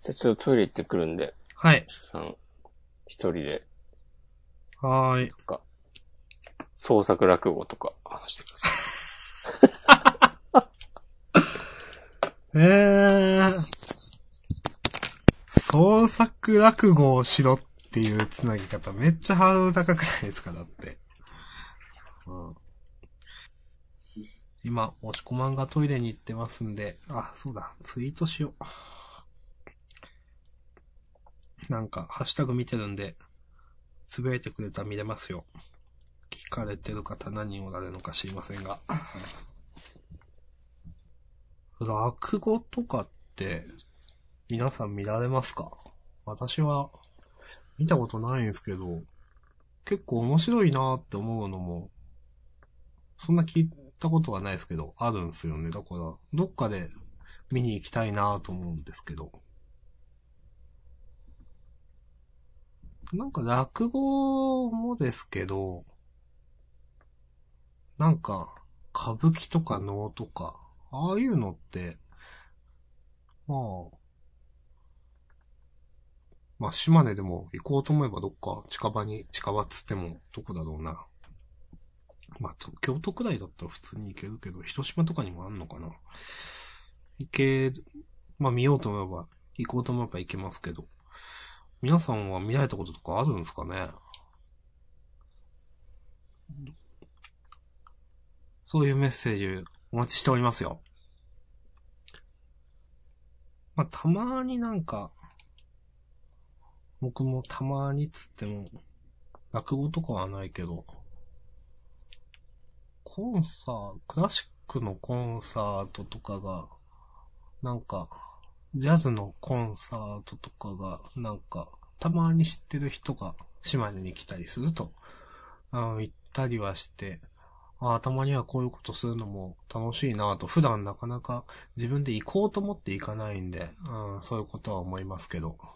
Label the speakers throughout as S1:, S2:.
S1: じゃあちょっとトイレ行ってくるんで、
S2: はい。
S1: シャさん、一人で、
S2: はーい。
S1: なんか、創作落語とか話してください。
S2: 創作落語をしろっていうつなぎ方めっちゃハードル高くないですかだって。うん、今、押し込まんがトイレに行ってますんで、あ、そうだ、ツイートしよう。なんか、ハッシュタグ見てるんで、つぶやいてくれたら見れますよ。聞かれてる方何人おられるのか知りませんが。落語とかって、皆さん見られますか？私は、見たことないんですけど、結構面白いなーって思うのも、そんな聞いたことがないですけど、あるんですよね。だから、どっかで見に行きたいなーと思うんですけど。なんか落語もですけど、なんか、歌舞伎とか能とか、ああいうのって、まあ、まあ島根でも行こうと思えばどっか近場っつってもどこだろうな。まあ京都くらいだったら普通に行けるけど、広島とかにもあんのかな。行け、まあ見ようと思えば、行こうと思えば行けますけど。皆さんは見られたこととかあるんですかね？そういうメッセージお待ちしておりますよ。まあたまになんか、僕もたまにつっても、落語とかはないけど、クラシックのコンサートとかが、なんか、ジャズのコンサートとかが、なんか、たまに知ってる人が島根に来たりすると、行ったりはして、たまにはこういうことするのも楽しいなぁと、普段なかなか自分で行こうと思って行かないんで、そういうことは思いますけど。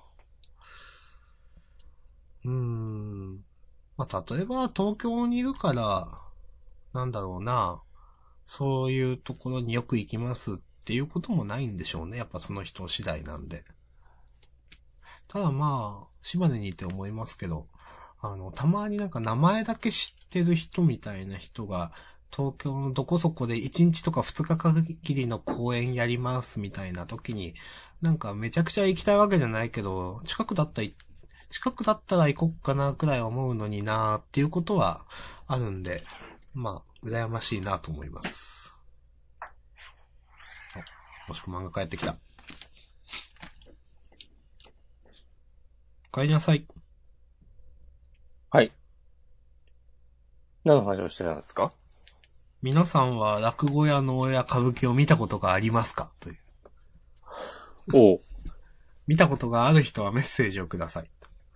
S2: まあ、例えば東京にいるから、なんだろうな、そういうところによく行きますっていうこともないんでしょうね。やっぱその人次第なんで。ただまあ、島根にいて思いますけど、たまになんか名前だけ知ってる人みたいな人が、東京のどこそこで1日とか2日限りの公演やりますみたいな時に、なんかめちゃくちゃ行きたいわけじゃないけど、近くだったら行こっかなくらい思うのになーっていうことはあるんで、まあ、羨ましいなと思います。もしくは漫画帰ってきた。帰りなさい。
S1: はい。何の話をしてたんですか？
S2: 皆さんは落語や能や歌舞伎を見たことがありますかという。
S1: おう。
S2: 見たことがある人はメッセージをください。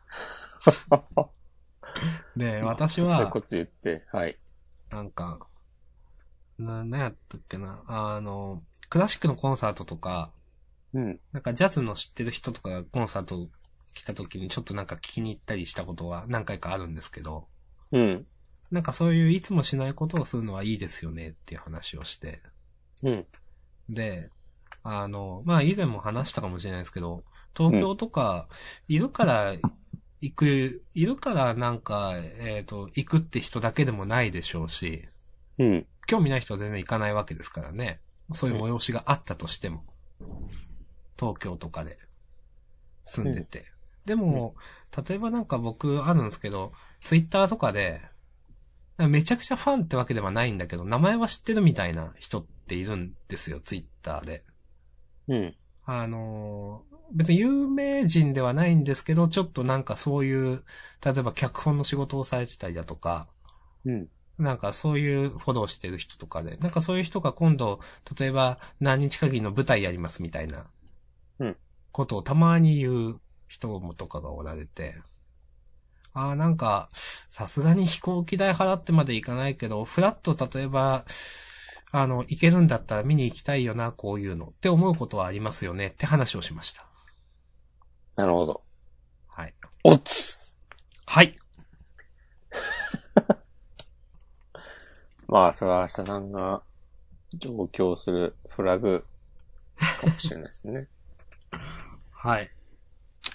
S2: で、
S1: ま
S2: 私は、
S1: たそういうこと言って、はい。
S2: なんか、なんやったっけな、クラシックのコンサートとか、
S1: うん。
S2: なんかジャズの知ってる人とかがコンサート来た時にちょっとなんか聞きに行ったりしたことは何回かあるんですけど、
S1: うん。
S2: なんかそういういつもしないことをするのはいいですよねっていう話をして、
S1: うん。
S2: で、まあ以前も話したかもしれないですけど、東
S1: うん。
S2: 京とか、いるからいるからなんか、行くって人だけでもないでしょうし、
S1: うん。
S2: 興味ない人は全然行かないわけですからね。そういう催しがあったとしても、東京とかで住
S1: うん。
S2: んでて。でも、例えばなんか僕あるんですけど、ツイッターとかで、めちゃくちゃファンってわけではないんだけど、名前は知ってるみたいな人っているんですよ、ツイッターで。
S1: うん。
S2: 別に有名人ではないんですけど、ちょっとなんかそういう、例えば脚本の仕事をされてたりだとか、
S1: うん。
S2: なんかそういうフォローしてる人とかで、なんかそういう人が今度、例えば何日限りの舞台やりますみたいな
S1: うん。
S2: ことをたまに言う人もとかがおられて、なんか、さすがに飛行機代払ってまで行かないけど、フラット例えば、行けるんだったら見に行きたいよな、こういうのって思うことはありますよねって話をしました。
S1: なるほど。
S2: はい。
S1: おつ。
S2: はい。
S1: まあ、それは明日さんが上京するフラグかもしれないですね。
S2: はい。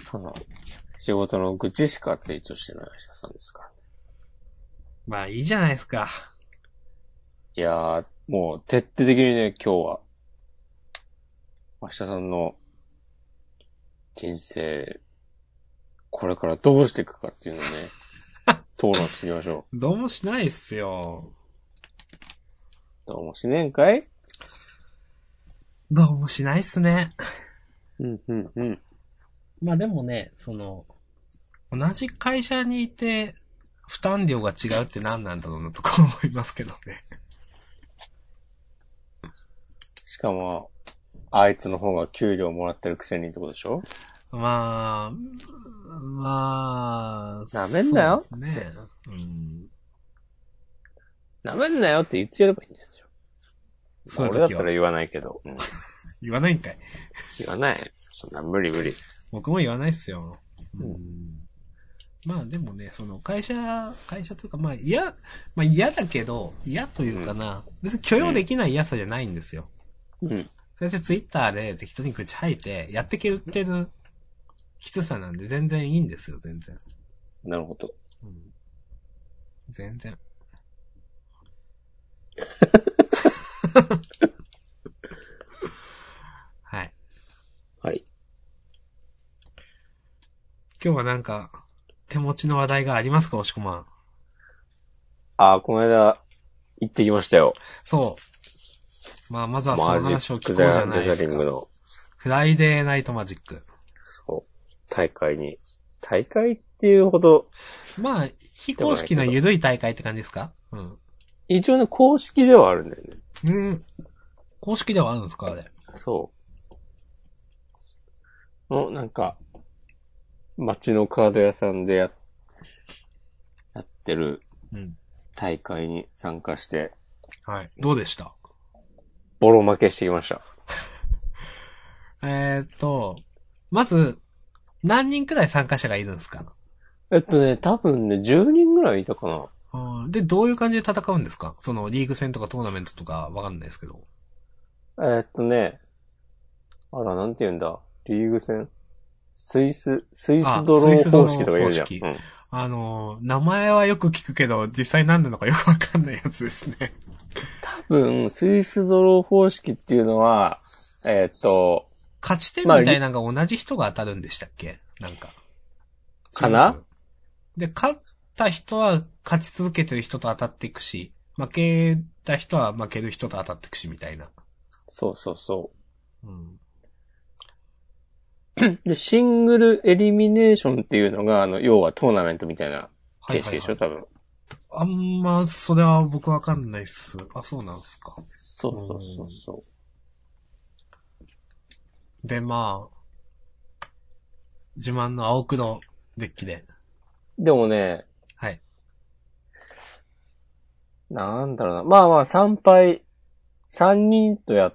S1: 仕事の愚痴しかツイートしてない明日さんですからね。
S2: まあいいじゃないですか。
S1: いやー、もう徹底的にね、今日は、明日さんの人生、これからどうしていくかっていうのをね、討論していきましょ
S2: どうもしないっすよ。
S1: う。どうもしねんかい？
S2: どうもしないっすね。
S1: うんうんうん。
S2: まあでもね、同じ会社にいて、負担量が違うって何なんだろうなとか思いますけどね。
S1: しかも、あいつの方が給料もらってるくせにってことでしょ？
S2: まあ、
S1: なめんなよ
S2: そうですね。うん。
S1: なめんなよって言ってやればいいんですよ。
S2: そういう時は
S1: 俺だったら言わないけど。うん、
S2: 言わないんかい。
S1: 言わない。そんな無理無理。
S2: 僕も言わないっすよ。
S1: うん、
S2: まあでもね、会社というか、まあ嫌だけど、嫌というかな、別に許容できない嫌さじゃないんですよ。
S1: うん。
S2: それでツイッターで適当に口吐いて、やってけてるきつさなんで全然いいんですよ、全然。
S1: なるほど。
S2: うん、全然。はい。
S1: はい。
S2: 今日はなんか、手持ちの話題がありますか、おしこまん。
S1: この間、行ってきましたよ。
S2: そう。まあ、まずはその話を聞こうじゃないですか。フライデーナイトマジック。
S1: そう。大会っていうほど。
S2: まあ、非公式な緩い大会って感じですか？うん。
S1: 一応ね、公式ではあるんだよね。
S2: うん。公式ではあるんですか、あれ。
S1: そう。なんか、街のカード屋さんでやってる大会に参加して、
S2: はい。どうでした？
S1: ボロ負けしてきました。
S2: まず、何人くらい参加者がいるんですか？
S1: 多分ね、10人ぐらいいたかな。
S2: で、どういう感じで戦うんですか？リーグ戦とかトーナメントとかわかんないですけど。
S1: なんて言うんだ。リーグ戦スイスドロー方式とか言うじゃん。
S2: うん、名前はよく聞くけど、実際何なのかよくわかんないやつですね。
S1: 多分、スイスドロー方式っていうのは、
S2: 勝ち点みたいなのが同じ人が当たるんでしたっけ？なんか。
S1: かな？
S2: で、勝った人は勝ち続けてる人と当たっていくし、負けた人は負ける人と当たっていくし、みたいな。
S1: そうそうそう。
S2: うん。
S1: で、シングルエリミネーションっていうのが、要はトーナメントみたいな形式でしょ、多分。
S2: あんま、それは僕わかんないっす。あ、そうなんすか。
S1: そうそうそうそう。
S2: で、まあ、自慢の青黒デッキで。
S1: でもね、
S2: はい。
S1: なんだろうな。まあまあ、3人とやって、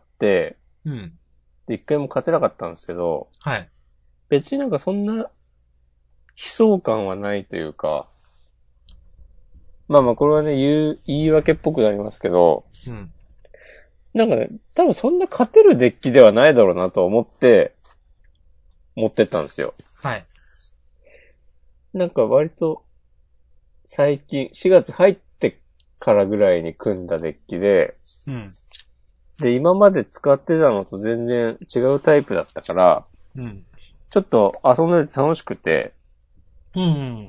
S2: うん。
S1: で、1回も勝てなかったんですけど、
S2: はい。
S1: 別になんかそんな、悲壮感はないというか、まあまあ、これはね、言い訳っぽくなりますけど、
S2: うん。
S1: なんかね、多分そんな勝てるデッキではないだろうなと思って、持ってったんですよ。
S2: はい。
S1: なんか割と、最近、4月入ってからぐらいに組んだデッキで、
S2: うん。
S1: で、今まで使ってたのと全然違うタイプだったから、
S2: うん。
S1: ちょっと遊んでて楽しくて、
S2: うん。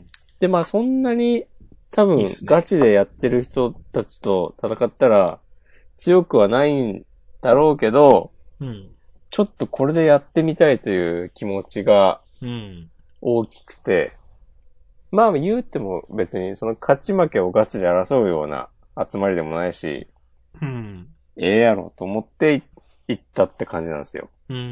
S1: で、まあそんなに多分ガチでやってる人たちと戦ったら強くはないんだろうけど、
S2: うん。
S1: ちょっとこれでやってみたいという気持ちが大きくて、まあ言うても別にその勝ち負けをガチで争うような集まりでもないし、
S2: うん。
S1: ええやろと思って行ったって感じなんですよ。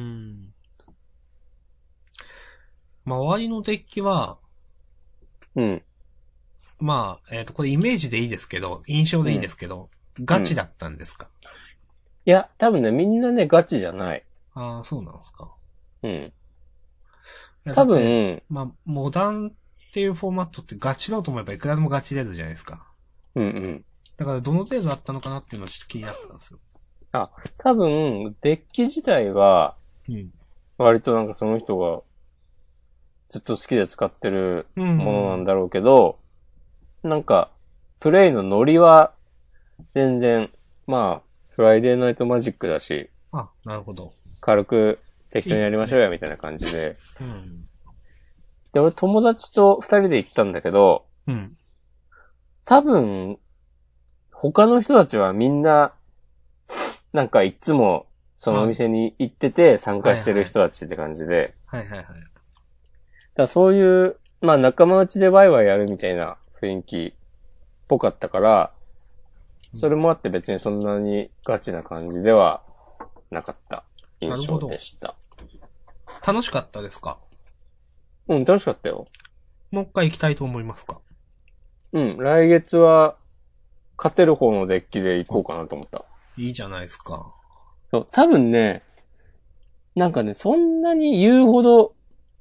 S2: まあ、周りのデッキは、
S1: うん。
S2: まあ、これイメージでいいですけど、印象でいいですけど、ガチだったんですか？
S1: いや、多分ね、みんなね、ガチじゃない。
S2: ああ、そうなんですか。
S1: うん。多分、
S2: まあ、モダンっていうフォーマットってガチだと思えばいくらでもガチ出るじゃないですか。
S1: うんうん。
S2: だからどの程度あったのかなっていうのはちょっと気になったんですよ。
S1: 多分、デッキ自体は、割となんかその人が好ずっと好きで使ってる
S2: うん。
S1: ものなんだろうけど、なんか、プレイのノリは、全然、まあ、フライデーナイトマジックだし、
S2: あ、なるほど。
S1: 軽く適当にやりましょうや、みたいな感じで。
S2: うん。
S1: で、俺友達と二人で行ったんだけど、
S2: うん。
S1: 多分、他の人たちはみんな、なんかいつも、そのお店に行ってて参加してる人たちって感じで。
S2: はいはいはい。
S1: だからそういう、まあ仲間内でワイワイやるみたいな雰囲気っぽかったから、それもあって別にそんなにガチな感じではなかった印象でした。
S2: 楽しかったですか？
S1: うん、楽しかったよ。
S2: もう一回行きたいと思いますか？
S1: うん、来月は勝てる方のデッキで行こうかなと思った。
S2: いいじゃないですか。
S1: そう、多分ね、なんかね、そんなに言うほど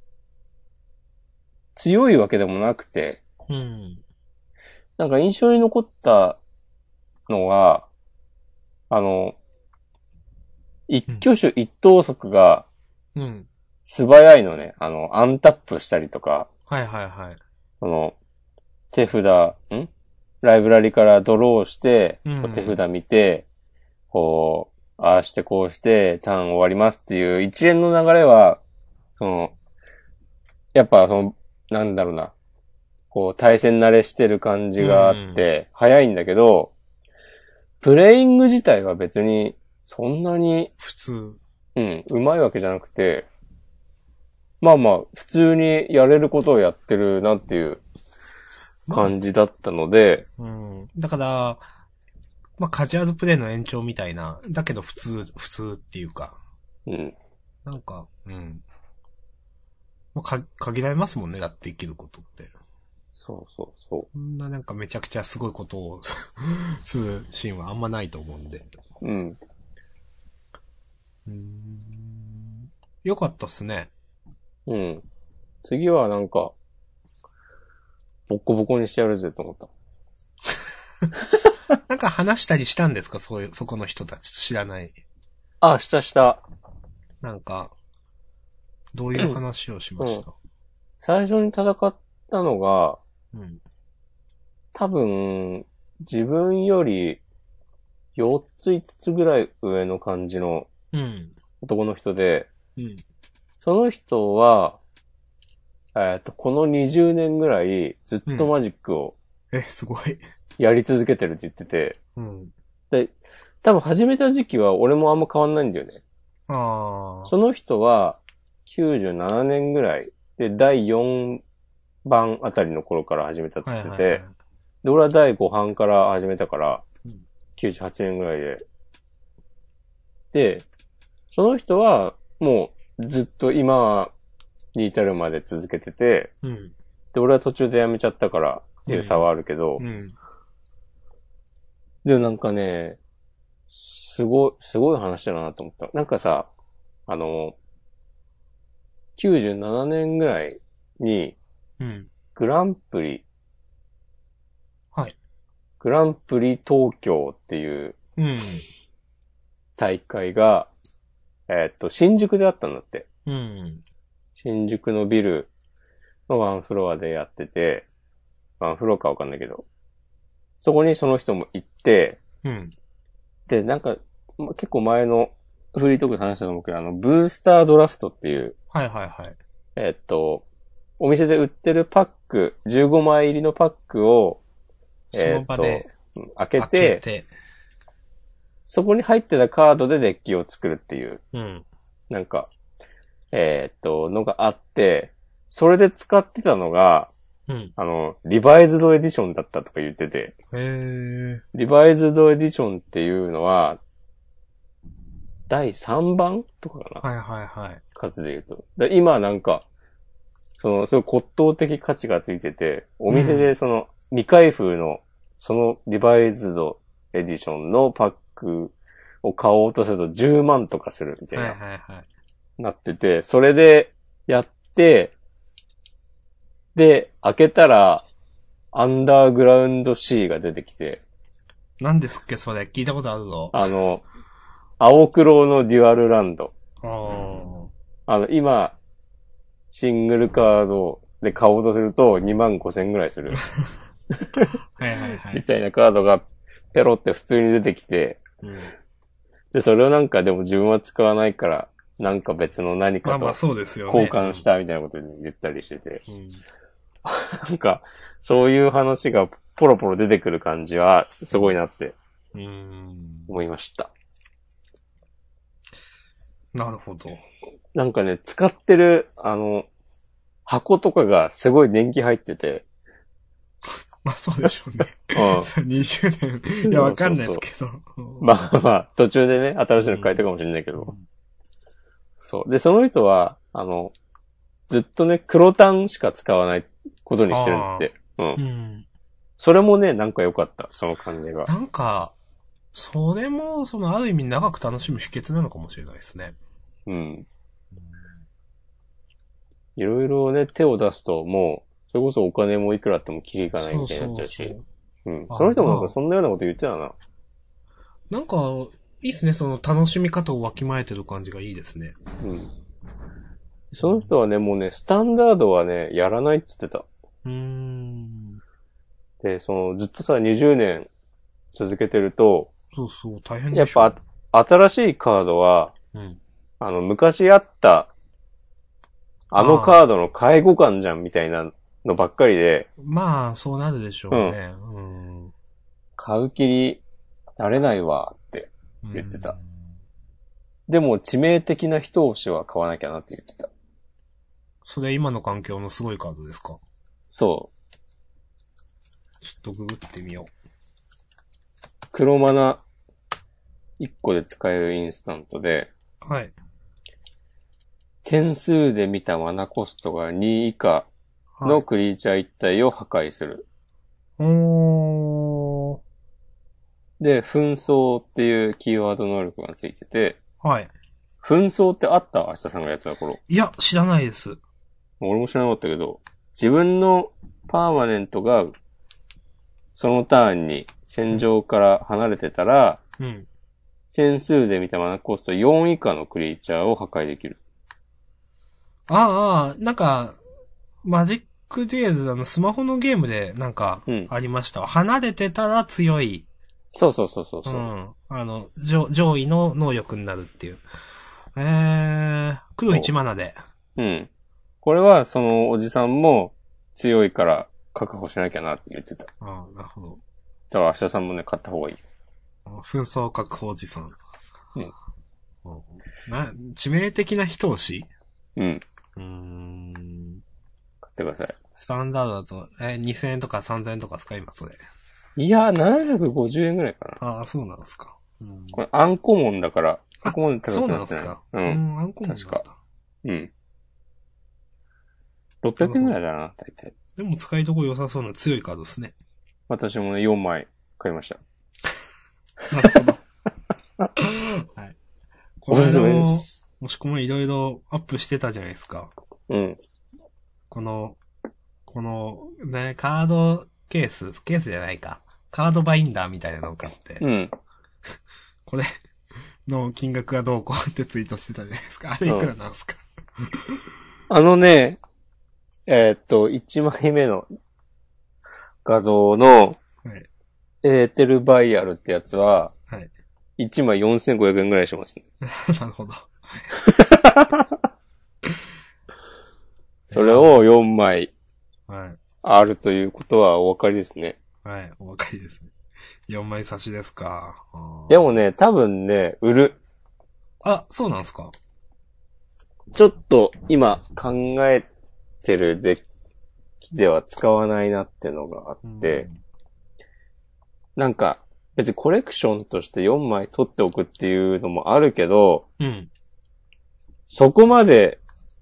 S1: 強いわけでもなくて、
S2: うん。
S1: なんか印象に残ったのは、一挙手一投足が
S2: うん。
S1: 素早いのね。アンタップしたりとか、
S2: はいはいはい。
S1: 手札、ライブラリからドローして、
S2: うん
S1: 手札見て、こう、ああしてこうして、ターン終わりますっていう一連の流れは、やっぱなんだろうな、こう、対戦慣れしてる感じがあって、早いんだけど、プレイング自体は別に、そんなに、
S2: 普通。
S1: うまいわけじゃなくて、まあまあ、普通にやれることをやってるなっていう感じだったので、
S2: うん。だから、まあ、カジュアルプレイの延長みたいな、だけど普通っていうか。
S1: うん。
S2: なんか、うん。まあ、限られますもんね、だって生きることって。
S1: そうそうそ
S2: そんななんかめちゃくちゃすごいことをするシーンはあんまないと思うんで。
S1: う。うん。
S2: よかったっすね。
S1: うん。次はなんか、ボッコボコにしてやるぜと思った。
S2: なんか話したりしたんですか？そこの人たち知らない。
S1: あ、した。
S2: なんか、どういう話をしました？
S1: 最初に戦ったのが、
S2: うん。
S1: 多分、自分より4つ5つぐらい上の感じの
S2: うん。
S1: 男の人で、
S2: うん。
S1: その人は、この20年ぐらいずっとマジックを
S2: すごい。
S1: やり続けてるって言ってて、
S2: うん。
S1: で、多分始めた時期は俺もあんま変わんないんだよね。
S2: ああ。
S1: その人は97年ぐらいで第4番あたりの頃から始めたって言ってて、
S2: はいはいはい。
S1: で、俺は第5版から始めたから、
S2: うん
S1: 98年ぐらいで。で、その人はもうずっと今に至るまで続けてて、
S2: うん。
S1: で、俺は途中でやめちゃったからっていう差はあるけど、
S2: うん。
S1: でもなんかね、すごい話だなと思った。なんかさ、97年ぐらいに、
S2: うん。
S1: グランプリ、
S2: はい。
S1: グランプリ東京っていう
S2: うん。
S1: 大会が、新宿であったんだって。
S2: うん。
S1: 新宿のビルのワンフロアでやってて、ワンフロアかわかんないけど、そこにその人も行って、
S2: うん。
S1: で、なんか、結構前のフリートークで話したと思うけど、ブースタードラフトっていう、
S2: はいはいはい。
S1: お店で売ってるパック、15枚入りのパックを、
S2: その場で
S1: 開けて、そこに入ってたカードでデッキを作るっていう、
S2: うん。
S1: なんか、のがあって、それで使ってたのが、
S2: うん。
S1: リバイズドエディションだったとか言ってて、リバイズドエディションっていうのは、第3番とかかな、
S2: はいはいはい。
S1: 数で言うと。今なんか、すごい骨董的価値がついてて、お店で未開封の、そのリバイズドエディションのパックを買おうとすると10万とかするみたいな、
S2: はいはいはい。
S1: なってて、それでやって、で、開けたら、アンダーグラウンド C が出てきて。
S2: 何ですっけそれ聞いたことあるぞ。
S1: 青黒のデュアルランド。
S2: 今、
S1: シングルカードで買おうとすると2万5千ぐらいする。
S2: はいはいは
S1: み
S2: い。
S1: たいなカードがペロって普通に出てきて、
S2: うん、
S1: で、それをなんかでも自分は使わないから、なんか別の何かと
S2: そうですよね。
S1: 交換したみたいなことに言ったりしてて、
S2: うん。
S1: なんか、そういう話がポロポロ出てくる感じは、すごいなって思いました。
S2: なるほど。
S1: なんかね、使ってる、箱とかがすごい年季入ってて。
S2: まあそうでしょうね。
S1: うん。
S2: 20年。いや、わかんないですけど。
S1: まあまあ、途中でね、新しいの変えたかもしれないけど。そう。で、その人は、ずっとね、黒単しか使わないことにしてるんだって。うん。それもね、なんか良かった、その感じが。
S2: なんか、それも、ある意味長く楽しむ秘訣なのかもしれないですね。
S1: うん。いろいろね、手を出すと、もう、それこそお金もいくらあってもキリがないみたいになっちゃうし。そううん。その人もなんかそんなようなこと言ってたな。
S2: なんか、いいっすね、楽しみ方をわきまえてる感じがいいですね。
S1: うん。その人はね、もうね、スタンダードはね、やらないって言ってた。で、ずっとさ、20年続けてると、
S2: そうそう、大変でしょ。
S1: やっぱ、新しいカードは、
S2: うん、
S1: 昔あった、カードの介護官じゃんみたいなのばっかりで。
S2: まあ、そうなるでしょうね。
S1: 買う気になれないわって言ってた。でも、致命的な一押しは買わなきゃなって言ってた。
S2: それ今の環境のすごいカードですか？
S1: そう。
S2: ちょっとググってみよう。
S1: 黒マナ1個で使えるインスタントで、
S2: はい。
S1: 点数で見たマナコストが2以下のクリーチャー一体を破壊する。で、紛争っていうキーワード能力がついてて、
S2: はい。
S1: 紛争ってあった？明日さんがやってた頃。
S2: いや、知らないです。
S1: 俺も知らなかったけど、自分のパーマネントが、そのターンに戦場から離れてたら、
S2: うん。
S1: 点数で見たマナコスト4以下のクリーチャーを破壊できる。
S2: なんか、マジックディエーズスマホのゲームでなんか、ありましたわ。離れてたら強い。
S1: そうそうそうそう。
S2: 上位の能力になるっていう。黒1マナで。
S1: うん。これは、そのおじさんも強いから確保しなきゃなって言ってた。
S2: なるほど。
S1: だから明日さんもね、買った方がいい。
S2: 紛争確保おじさん。
S1: うん。
S2: 致命的な一押し？
S1: うん。買ってください。
S2: スタンダードだと、2000円とか3000円とかですか今それ。
S1: いや、750円ぐらいか
S2: な。そうなんですか。
S1: これアンコモンだから、そこまで高くなってない。
S2: そうなんですか。アンコモンだ。
S1: 確か。うん。600円ぐらいだな、大体。
S2: でも使いどころ良さそうな強いカードですね。
S1: 私もね、4枚買いました。
S2: なるほど。はい。
S1: おすすめです。
S2: もしくもいろいろアップしてたじゃないですか。
S1: うん。
S2: この、ね、カードケースじゃないか。カードバインダーみたいなのを買って。
S1: うん。
S2: これの金額がどうこうってツイートしてたじゃないですか。あれいくらなんですか？
S1: 1枚目の画像の、エーテルバイアルってやつは、はい。1枚4500円ぐらいしますね。
S2: なるほど。
S1: それを4枚、あるということはお分かりですね。
S2: はい、お分かりですね。4枚差しですか。
S1: でもね、多分ね、売る。
S2: そうなんですか。
S1: ちょっと今考えてるデッキでは使わないなってのがあって、なんか別にコレクションとして4枚取っておくっていうのもあるけど、そこまで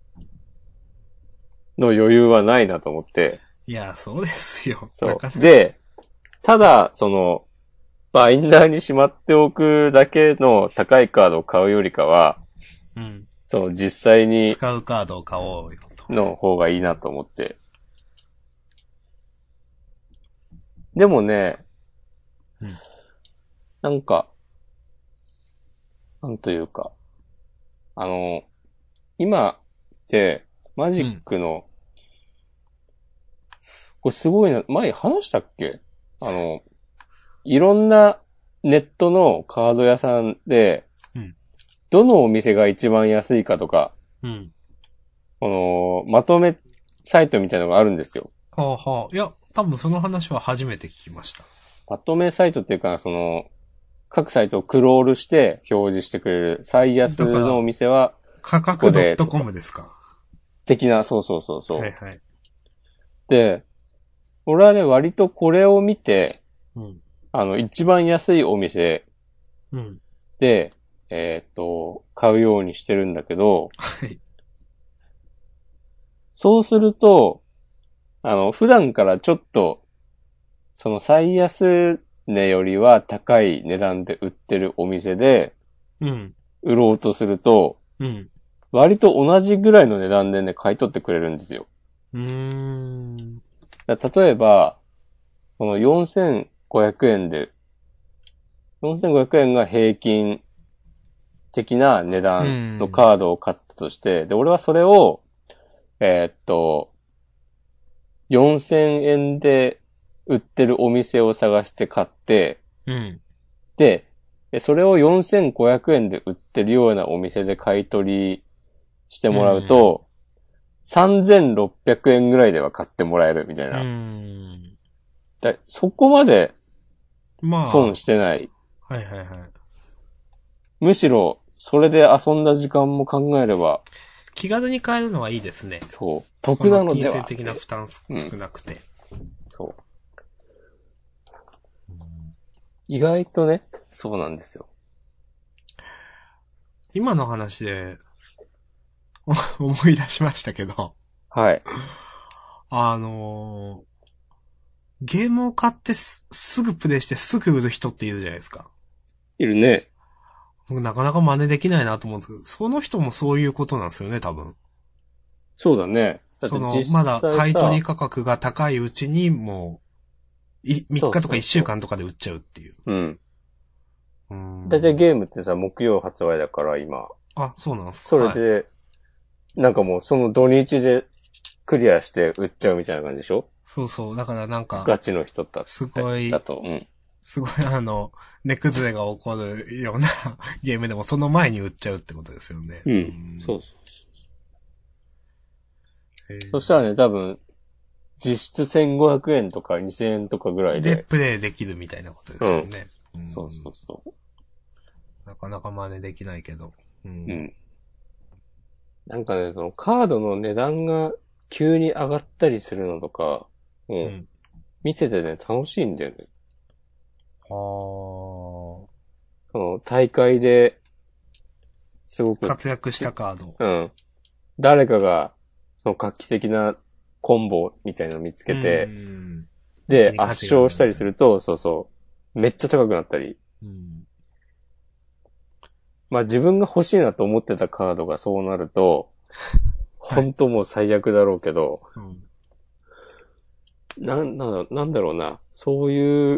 S1: の余裕はないなと思って。
S2: いや、そうですよ。
S1: そう。で、ただ、バインダーにしまっておくだけの高いカードを買うよりかは、実際に
S2: 使うカードを買おうよと。
S1: の方がいいなと思って。でもね、なんか、なんというか、今って、 マジックの、これすごいな、前話したっけ？いろんなネットのカード屋さんで、
S2: うん。
S1: どのお店が一番安いかとか、
S2: うん。
S1: まとめサイトみたいなのがあるんですよ。
S2: はあはあ。いや、多分その話は初めて聞きました。
S1: まとめサイトっていうか、各サイトをクロールして表示してくれる最安のお店は、
S2: 価格 .com ですか？
S1: 的な、そうそうそうそう。
S2: はいはい。
S1: で、俺はね、割とこれを見て、
S2: うん。
S1: 一番安いお店
S2: うん。
S1: で、買うようにしてるんだけど、
S2: はい。
S1: そうすると、普段からちょっと、その最安値よりは高い値段で売ってるお店で、
S2: うん。
S1: 売ろうとすると、
S2: うん。
S1: 割と同じぐらいの値段でね、買い取ってくれるんですよ。例えば、この4500円で、4500円が平均的な値段のカードを買ったとして、で、俺はそれを、4000円で売ってるお店を探して買って、
S2: うん。
S1: で、それを4500円で売ってるようなお店で買い取りしてもらうと、3600円ぐらいでは買ってもらえるみたいな。そこまで損してない。
S2: まあ、はいはいはい。
S1: むしろ、それで遊んだ時間も考えれば。
S2: 気軽に買えるのはいいですね。
S1: そう。得なのでは。
S2: 金銭的な負担少なくて。
S1: そう。意外とね、そうなんですよ。
S2: 今の話で、思い出しましたけど。
S1: はい。
S2: ゲームを買ってすぐプレイしてすぐ売る人っているじゃないですか。
S1: いるね。
S2: 僕なかなか真似できないなと思うんですけど、その人もそういうことなんですよね、多分。
S1: そうだね。だって
S2: まだ買い取り価格が高いうちにもう、3日とか1週間とかで売っちゃうっていう。
S1: うん。だいたいゲームってさ、木曜発売だから今。
S2: あ、そうなんですか。
S1: それで、はい、なんかもうその土日でクリアして売っちゃうみたいな感じでしょ？
S2: そうそう。だからなんか、
S1: ガチの人だ
S2: すごい、
S1: だと、うん。
S2: すごい値崩れが起こるようなゲームでもその前に売っちゃうってことですよね。
S1: うん。そうそう。そしたらね、多分、実質1500円とか2000円とかぐらいで。
S2: で、プレイできるみたいなことですよね。
S1: そうそうそう。
S2: なかなか真似できないけど。
S1: なんかね、そのカードの値段が急に上がったりするのとか、見ててね、楽しいんだよね。大会で、すごく。
S2: 活躍したカード。
S1: うん。誰かが、その画期的なコンボみたいなのを見つけて、で、圧勝したりすると、そうそう、めっちゃ高くなったり。まあ自分が欲しいなと思ってたカードがそうなると、本当もう最悪だろうけど、なんだろうな、そう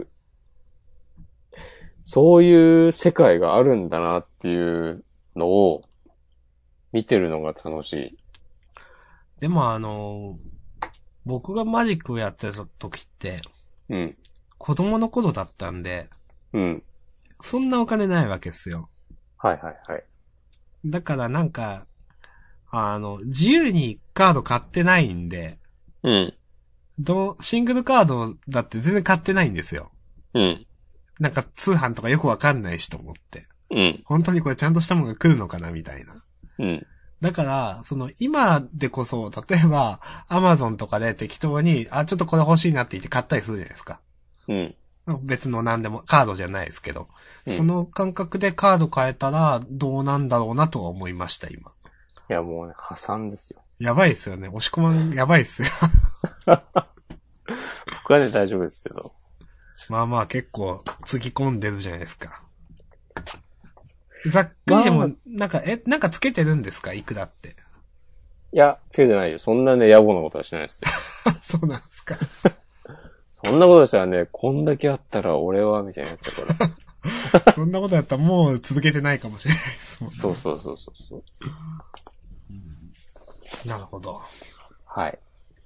S1: いう世界があるんだなっていうのを見てるのが楽しい。
S2: でも僕がマジックをやってた時って、子供の頃だったんで、そんなお金ないわけですよ。
S1: はいはいはい。
S2: だからなんか、自由にカード買ってないんで、シングルカードだって全然買ってないんですよ。なんか通販とかよくわかんないしと思って。本当にこれちゃんとしたものが来るのかなみたいな。だから、今でこそ、例えば、アマゾンとかで適当に、ちょっとこれ欲しいなって言って買ったりするじゃないですか。別の何でも、カードじゃないですけど。その感覚でカード変えたら、どうなんだろうなとは思いました、今。
S1: いや、もうね、破産ですよ。
S2: やばいっすよね。押し込まん、やばいっすよ。
S1: 僕はね、大丈夫ですけど。
S2: まあまあ、結構、つぎ込んでるじゃないですか。ざっくりでも、なんかつけてるんですか？いくらって。
S1: いや、つけてないよ。そんなね、野暮なことはしないですよ。
S2: そうなんですか。
S1: そんなことしたらね、こんだけあったら俺は、みたいになっちゃうから。
S2: そんなことやったらもう続けてないかもしれないですもんね。
S1: そう。
S2: なるほど。
S1: はい。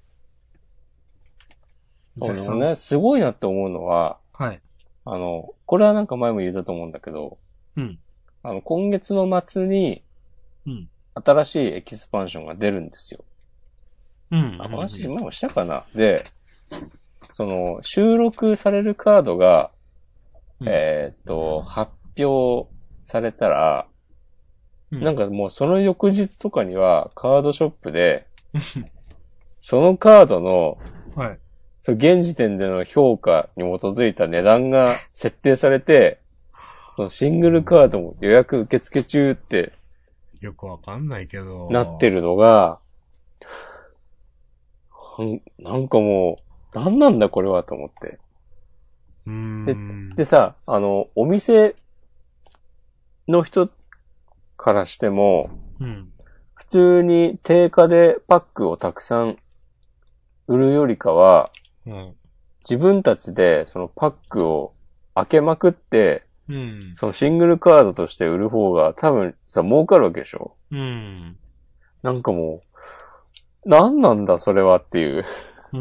S2: 絶賛。
S1: ね、すごいなって思うのは、
S2: はい。
S1: これはなんか前も言ったと思うんだけど、
S2: うん。
S1: 今月の末に
S2: うん。
S1: 新しいエキスパンションが出るんですよ。
S2: うん。
S1: この話前もしたかな。で、収録されるカードが、
S2: うん
S1: 発表されたら、
S2: うん、
S1: なんかもうその翌日とかにはカードショップで、そのカードの、
S2: はい。
S1: 現時点での評価に基づいた値段が設定されて、そのシングルカードも予約受付中って
S2: よくわかんないけど。
S1: なってるのが、なんかもう、なんなんだこれはと思って。でさ、お店の人からしても、
S2: うん、
S1: 普通に定価でパックをたくさん売るよりかは、
S2: うん、
S1: 自分たちでそのパックを開けまくって、
S2: うん、
S1: そのシングルカードとして売る方が多分さ、儲かるわけでしょ？
S2: うん。
S1: なんかもう、なんなんだそれはっていう
S2: うん。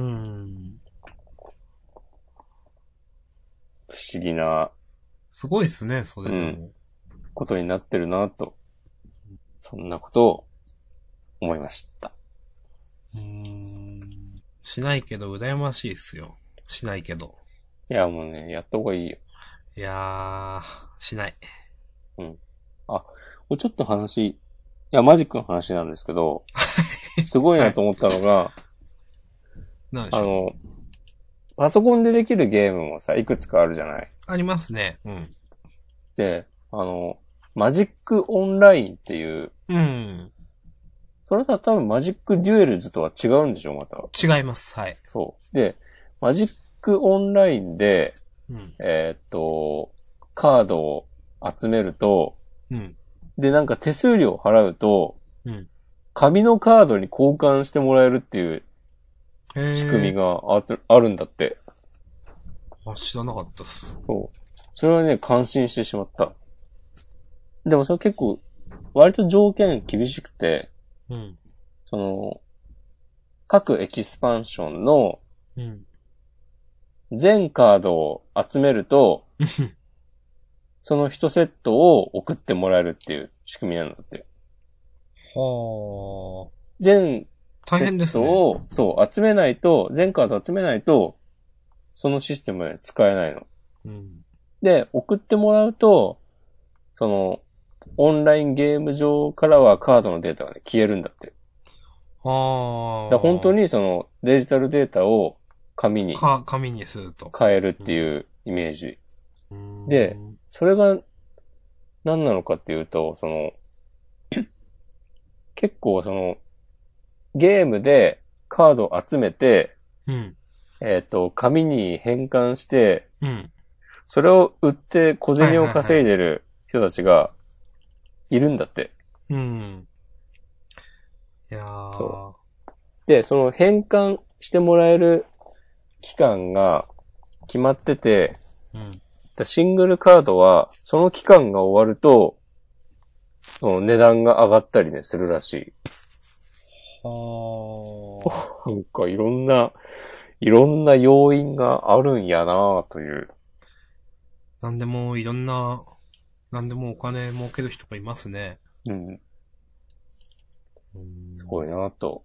S1: 不思議な、
S2: すごいっすね、それでも。
S1: ことになってるなと。そんなことを思いました。
S2: しないけど、羨ましいっすよ。しないけど。
S1: いや、もうね、やった方がいいよ。
S2: いやー、しない。
S1: うん。ちょっといや、マジックの話なんですけど、すごいなと思ったのが、
S2: なんでしょう。
S1: パソコンでできるゲームもさ、いくつかあるじゃない？
S2: ありますね。うん。
S1: で、マジックオンラインっていう、
S2: うん。
S1: それとは多分マジックデュエルズとは違うんでしょ、また。
S2: 違います。はい。
S1: そう。で、マジックオンラインで、
S2: うん。
S1: カードを集めると、
S2: うん。
S1: で、なんか手数料を払うと、
S2: うん。
S1: 紙のカードに交換してもらえるっていう
S2: へ
S1: 仕組み
S2: ー。
S1: があるんだって。
S2: 知らなかったっす。
S1: そう。それはね、感心してしまった。でもそれ結構、割と条件厳しくて、
S2: うん。
S1: 各エキスパンションの
S2: うん。
S1: 全カードを集めると、その1セットを送ってもらえるっていう仕組みなんだって。
S2: は
S1: 全
S2: 大
S1: セ
S2: 変ですね。
S1: ットを、そう、集めないと、全カード集めないと、そのシステムで使えないの。
S2: うん。
S1: で、送ってもらうと、オンラインゲーム上からはカードのデータがね、消えるんだって。本当にデジタルデータを紙に
S2: 紙にすると。
S1: 変えるっていうイメージ。
S2: うん、
S1: で、それが何なのかっていうと、結構ゲームでカードを集めて、
S2: うん。
S1: 紙に変換して、
S2: うん。
S1: それを売って小銭を稼いでる人たちがいるんだって。
S2: うん。いやー。
S1: そう。で、その変換してもらえる期間が決まってて、
S2: うん。
S1: シングルカードは、その期間が終わると、その値段が上がったりね、するらしい。なんかいろんな要因があるんやなぁという。
S2: なんでもお金儲ける人がいますね。
S1: うん。すごいなぁと。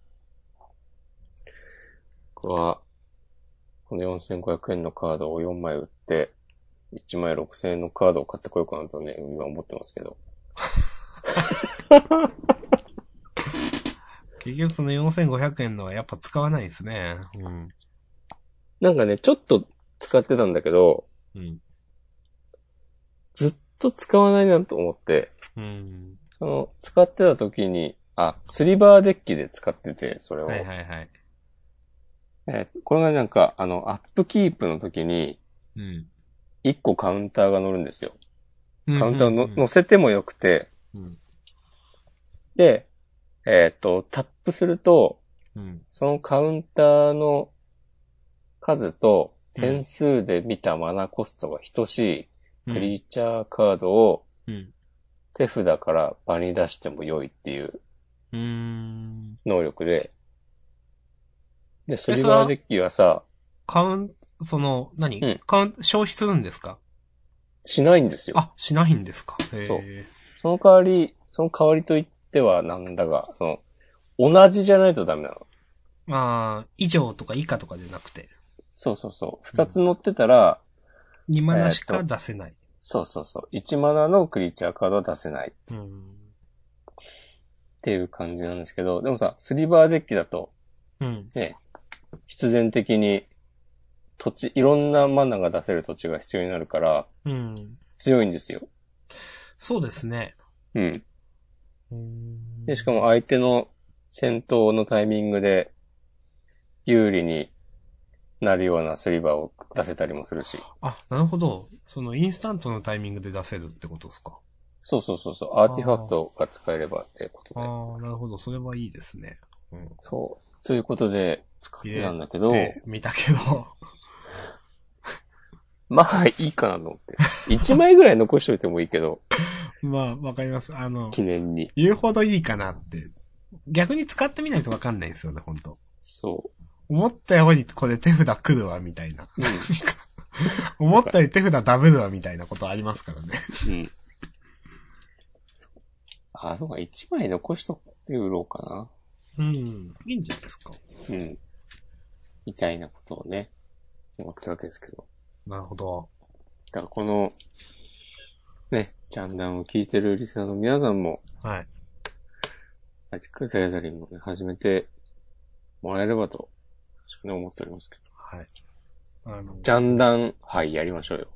S1: 僕は、この4500円のカードを4枚売って、1枚6000円のカードを買ってこようかなとね、今思ってますけど。
S2: 結局その4500円のはやっぱ使わないですね。うん。
S1: なんかね、ちょっと使ってたんだけど、
S2: うん。
S1: ずっと使わないなと思って、
S2: うん。
S1: 使ってた時に、スリバーデッキで使ってて、それを。
S2: はいはいはい。
S1: これがなんか、アップキープの時に、
S2: うん。
S1: 1個カウンターが乗るんですよ。
S2: カ
S1: カウンターを乗せてもよくて、
S2: うん。
S1: で、タップすると、
S2: うん。
S1: そのカウンターの数と点数で見たマナコストが等しいクリーチャーカードを手札から場に出しても良いっていう能力で。で、スリバーデッキはさ、
S2: 何、
S1: うん、
S2: 消費するんですか？
S1: しないんですよ。
S2: あ、しないんですか。
S1: そう。その代わりと言ってはなんだが、同じじゃないとダメなの。
S2: まあ、以上とか以下とかじゃなくて。
S1: そうそうそう。二つ乗ってたら、
S2: 2マナしか出せない。
S1: そうそうそう。1マナのクリーチャーカードは出せない。っていう感じなんですけど、でもさ、スリバーデッキだと、ね、必然的にいろんなマナが出せる土地が必要になるから、強いんですよ。
S2: そうですね。
S1: うん。で、しかも相手の戦闘のタイミングで有利になるようなスリバーを出せたりもするし。
S2: あ、なるほど。インスタントのタイミングで出せるってことですか。
S1: そうそうそうそう。アーティファクトが使えればってことで。
S2: ああ、なるほど。それはいいですね。
S1: そう。ということで使ってたんだけど。
S2: 見たけど。
S1: まあいいかなと思って。1枚ぐらい残しといてもいいけど。
S2: まあ、わかります。
S1: 記念に。
S2: 言うほどいいかなって。逆に使ってみないとわかんないですよね、本当。
S1: そう。
S2: 思ったよりこれ手札来るわ、みたいな。思ったより手札ダブるわ、みたいなことありますからね。
S1: うん。あ、そうか、1枚残しとって売ろうか
S2: な。いいんじゃないですか。
S1: みたいなことをね、思ってるわけですけど。
S2: なるほど。
S1: だからこの、ね、ジャンダンを聞いてるリスナーの皆さんも、
S2: はい。
S1: アチクセーザリンもね、始めてもらえればと、確かに思っておりますけど。
S2: はい。
S1: ジャンダン杯やりましょうよ。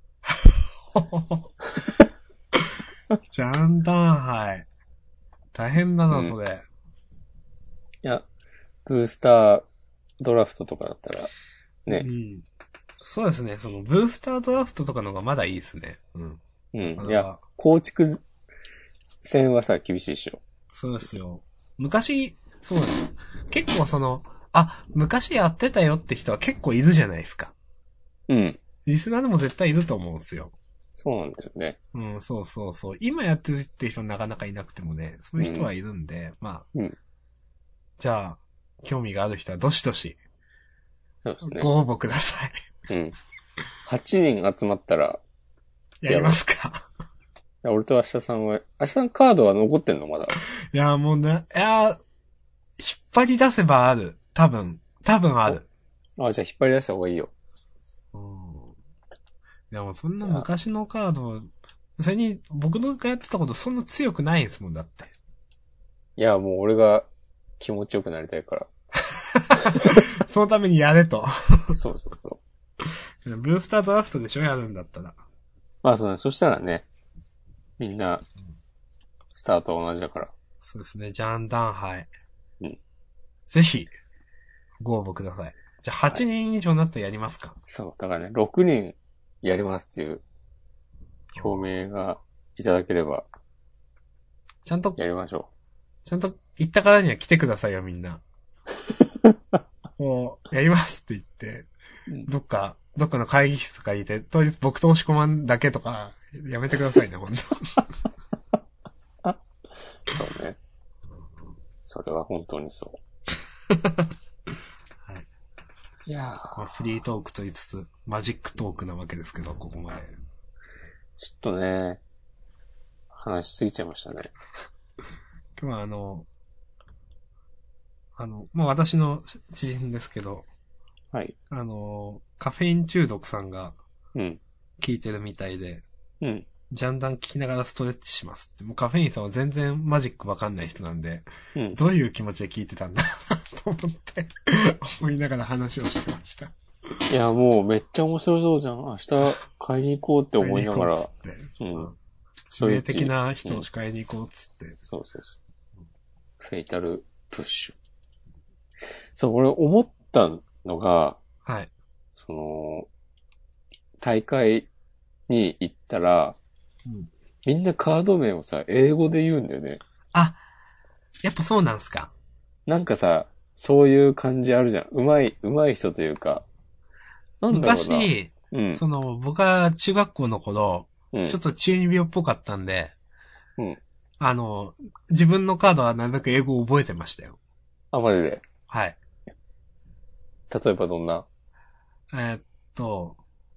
S2: ジャンダン杯。大変だな、それ。
S1: いや、ブースタードラフトとかだったら、ね。
S2: そうですね、ブースタードラフトとかの方がまだいいですね。
S1: いや、構築戦はさ、厳しいでしょ。
S2: そうですよ。昔、そうだね。結構昔やってたよって人は結構いるじゃないですか。リスナーでも絶対いると思うんですよ。
S1: そうなんだよね。
S2: そうそうそう。今やってるって人なかなかいなくてもね、そういう人はいるんで、まあ。じゃあ、興味がある人はどしどし、
S1: そうですね。
S2: ご応募ください。
S1: 8人集まったら、
S2: やりますか。
S1: 俺と明日さんは、明日さんカードは残ってんのまだ。
S2: いや、もうね、引っ張り出せばある。多分ある。
S1: あ、じゃあ引っ張り出した方がいいよ。
S2: でもそんな昔のカード、それに僕のがやってたことそんな強くないですもん、だって。
S1: いや、もう俺が気持ちよくなりたいから。
S2: そのためにやれと。
S1: そうそうそう。
S2: ブースタードラフトでしょ、やるんだったら。
S1: まあそしたらね、みんな、スタートは同じだから。
S2: そうですね、ジャンダン杯。ぜひ、ご応募ください。じゃあ8人以上になったらやりますか？
S1: そう、だからね、6人やりますっていう表明がいただければ、
S2: ちゃんと、
S1: やりましょ
S2: う。ちゃんと言ったからには来てくださいよ、みんな。こう、やりますって言って、どっかの会議室とかいて、当日僕と押し込まんだけとか、やめてくださいね、ほんと。
S1: そうね。それは本当にそう。
S2: はい。
S1: いや
S2: まあ、フリートークと言いつつ、マジックトークなわけですけど、ここまで。
S1: ちょっとね、話しすぎちゃいましたね。
S2: 今日はまあ、私の知人ですけど、
S1: はい。
S2: カフェイン中毒さんが、
S1: 聞
S2: いてるみたいで、
S1: ジ
S2: ャンダン聞きながらストレッチしますって。もうカフェインさんは全然マジックわかんない人なんで、どういう気持ちで聞いてたんだと思って、思いながら話をしてました。
S1: いや、もうめっちゃ面白そうじゃん。明日買いに行こうって思いながら。
S2: 致命的な人を買いに行こうっつって。
S1: そうそうそう。フェイタルプッシュ。そう、俺思ったのが、
S2: はい。
S1: 大会に行ったら、みんなカード名をさ、英語で言うんだよね。
S2: あ、やっぱそうなんすか。
S1: なんかさ、そういう感じあるじゃん。うまい人というか。
S2: なんだろうな。昔、僕は中学校の頃、ちょっと中二病っぽかったんで、 自分のカードはなるべく英語を覚えてましたよ。
S1: あ、マジで。
S2: はい。
S1: 例えばどんな？
S2: えーっと、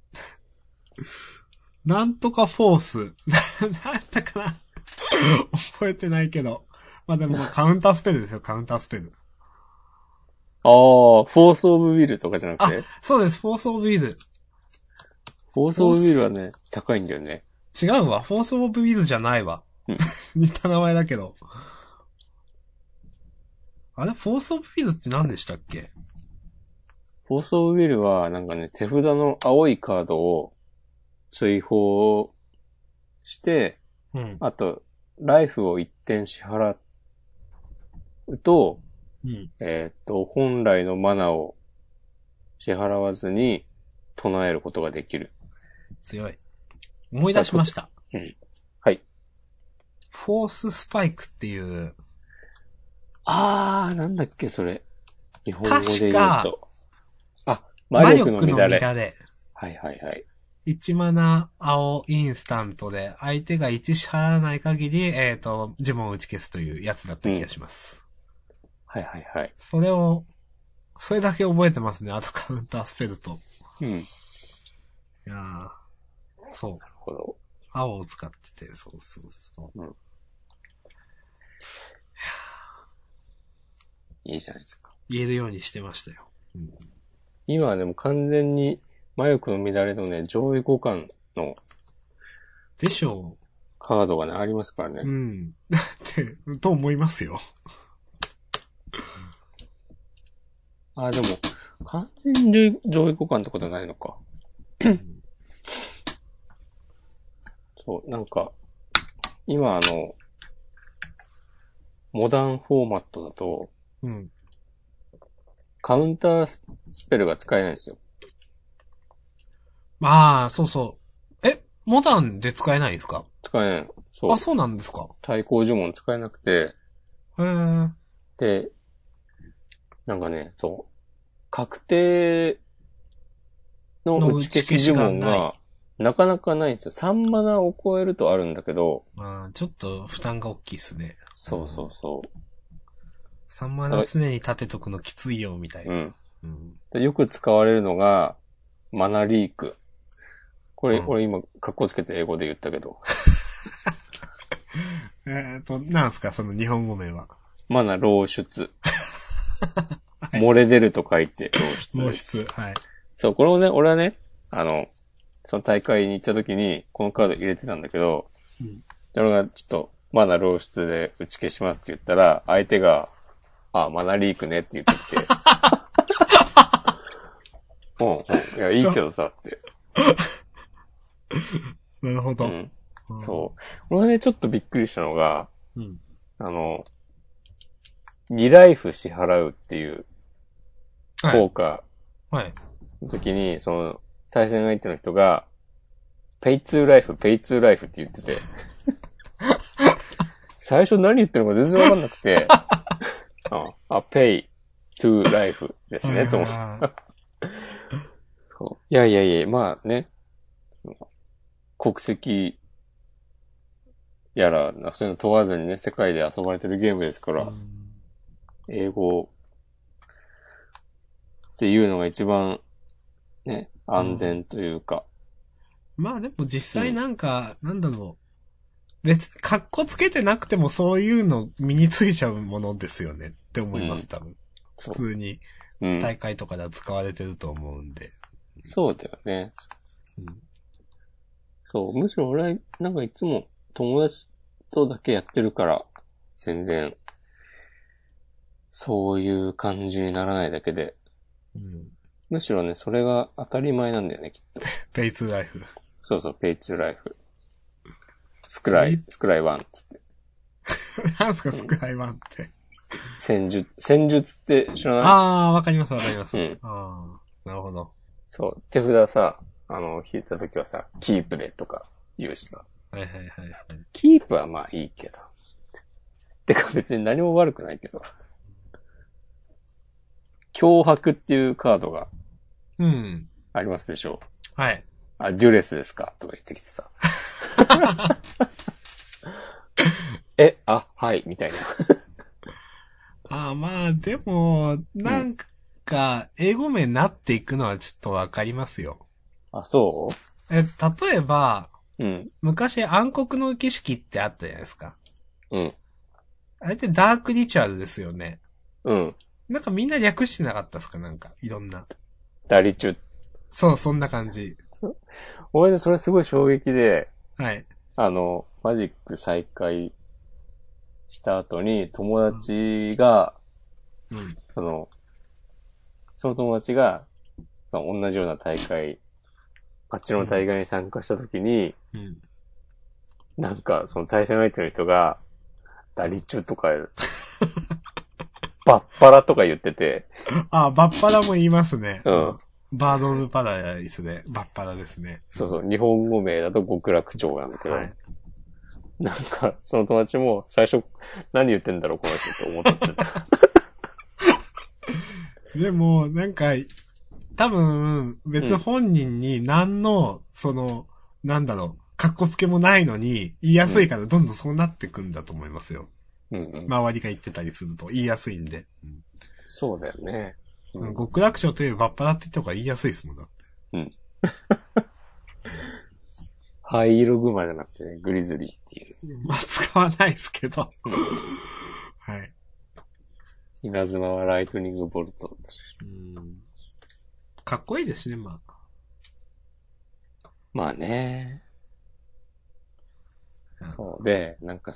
S2: なんとかフォース。なんやったかな覚えてないけど。まあでもカウンタースペルですよ、カウンタースペル。
S1: ああ、フォースオブウィルとかじゃなく
S2: あ
S1: て、
S2: そうです、フォースオブウィル。
S1: フォースオブウィルはね、高いんだよね。
S2: 違うわ、フォースオブウィルじゃないわ。
S1: うん。
S2: 似た名前だけど。あれ、フォースオブウィルって何でしたっけ？
S1: フォースオブウィルは、なんかね、手札の青いカードを追放して、
S2: うん。
S1: あと、ライフを一点支払うと、
S2: うん。
S1: 本来のマナを支払わずに唱えることができる。
S2: 強い。思い出しました。
S1: うん。はい。
S2: フォーススパイクっていう、
S1: なんだっけ、それ。日本語で言う
S2: 確
S1: と。魔力の乱れ。
S2: はい
S1: はいはい。
S2: 1マナ青インスタントで、相手が1支払わない限り、呪文を打ち消すというやつだった気がします。
S1: はいはいはい。
S2: それだけ覚えてますね。あとカウンタースペルと。
S1: うん。
S2: いやー、そう。
S1: なるほど。
S2: 青を使ってて、そうそうそう。
S1: うん。いいじゃないですか。
S2: 言えるようにしてましたよ。うん、
S1: 今はでも完全に魔力の乱れのね、上位互換の
S2: でしょう。
S1: カードがね、ありますからね。
S2: うん。だって、と思いますよ。
S1: でも、完全に上位互換ってことはないのか。そう、なんか、今モダンフォーマットだと、
S2: うん。
S1: カウンタースペルが使えないんですよ。
S2: まあ、そうそう。モダンで使えないんですか？
S1: 使えないの。そう。
S2: あ、そうなんですか？
S1: 対抗呪文使えなくて、
S2: へー。
S1: で、なんかね、そう、確定の打ち消し呪文が、なかなかないんですよ。3マナを超えるとあるんだけど、
S2: ちょっと負担が大きいですね。
S1: そうそうそう。
S2: 3マナ常に立てとくのきついよ、みたいな。
S1: うん。
S2: うん。
S1: でよく使われるのが、マナリーク。これ、
S2: うん
S1: 俺今、格好つけて英語で言ったけど。
S2: なんすか、その日本語名は。
S1: マナ漏出。
S2: はい、
S1: 漏れ出ると書いて漏出
S2: 漏
S1: です。
S2: 出。はい。
S1: そう、これをね、俺はね、その大会に行った時に、このカード入れてたんだけど、
S2: うん、
S1: で俺がちょっと、マナ漏出で打ち消しますって言ったら、相手が、マナリークねって言ってきて。いや、いいけどさ、って。
S2: なるほど。
S1: うん。そう。俺はね、ちょっとびっくりしたのが、
S2: うん。
S1: 2ライフ支払うっていう効果
S2: はい。
S1: の時に、その、対戦相手の人が、ペイツーライフって言ってて、最初何言ってるのか全然わかんなくて、ペイトゥーライフですね、と思った。いやいやいや、まあね、国籍やら、そういうの問わずにね、世界で遊ばれてるゲームですから、英語っていうのが一番ね、安全というか。
S2: まあでも実際なんか、なんだろう。別に、格好つけてなくてもそういうの身についちゃうものですよねって思います、多分。普通に大会とかでは使われてると思うんで。
S1: そうだよね。
S2: うん、
S1: そう、むしろ俺はなんかいつも友達とだけやってるから、全然、そういう感じにならないだけで。
S2: うん、
S1: むしろね、それが当たり前なんだよね、きっと。
S2: ペイツーライフ。
S1: そうそう、ペイツーライフ。スクライワンつって。
S2: なんすか、スクライワンって。
S1: 戦術って知らない？
S2: わかります。うん。なるほど。
S1: そう、手札さ、引いた時はさ、キープでとか言うしさ。
S2: はい。
S1: キープはまあいいけど。てか別に何も悪くないけど。脅迫っていうカードが、ありますでしょ
S2: う。はい。
S1: デュレスですかとか言ってきてさ。 はい、みたいな。
S2: まあ、でも、なんか、英語名になっていくのはちょっとわかりますよ。
S1: あ、そ
S2: 例えば、
S1: う？うん。
S2: 昔暗黒の儀式ってあったじゃないですか。
S1: うん。
S2: あれってダークリチュアルですよね。
S1: うん。
S2: なんかみんな略してなかったですかなんか、いろんな。
S1: ダリチュ。
S2: そう、そんな感じ。
S1: 俺ね、それすごい衝撃で、
S2: はい。
S1: マジック再開した後に友達が、
S2: うん。
S1: その、その友達が、その同じような大会、あっちの大会に参加した時に、
S2: うん。
S1: なんか、その対戦相手の人が、ダリチュとか、バッパラとか言ってて、
S2: バッパラも言いますね。
S1: うん。
S2: バード・オブ・パラダイスで、バッパラですね。
S1: そうそう、日本語名だと極楽鳥なんだけど、
S2: はい。
S1: なんか、その友達も最初、何言ってんだろう、この人って思ってた。
S2: でも、なんか、多分、別本人に何の、なんだろう、格好つけもないのに、言いやすいからどんどんそうなってくんだと思いますよ。
S1: うんうん。
S2: 周りが言ってたりすると言いやすいんで。
S1: そうだよね。
S2: 極楽鳥というバッパラって言った方が言いやすいですもんだって。
S1: うん。灰色グマじゃなくてね、グリズリーっていう。
S2: まあ、使わないですけど。はい。
S1: 稲妻はライトニングボルト。
S2: かっこいいですね、まあ。
S1: まあね。そうで、なんか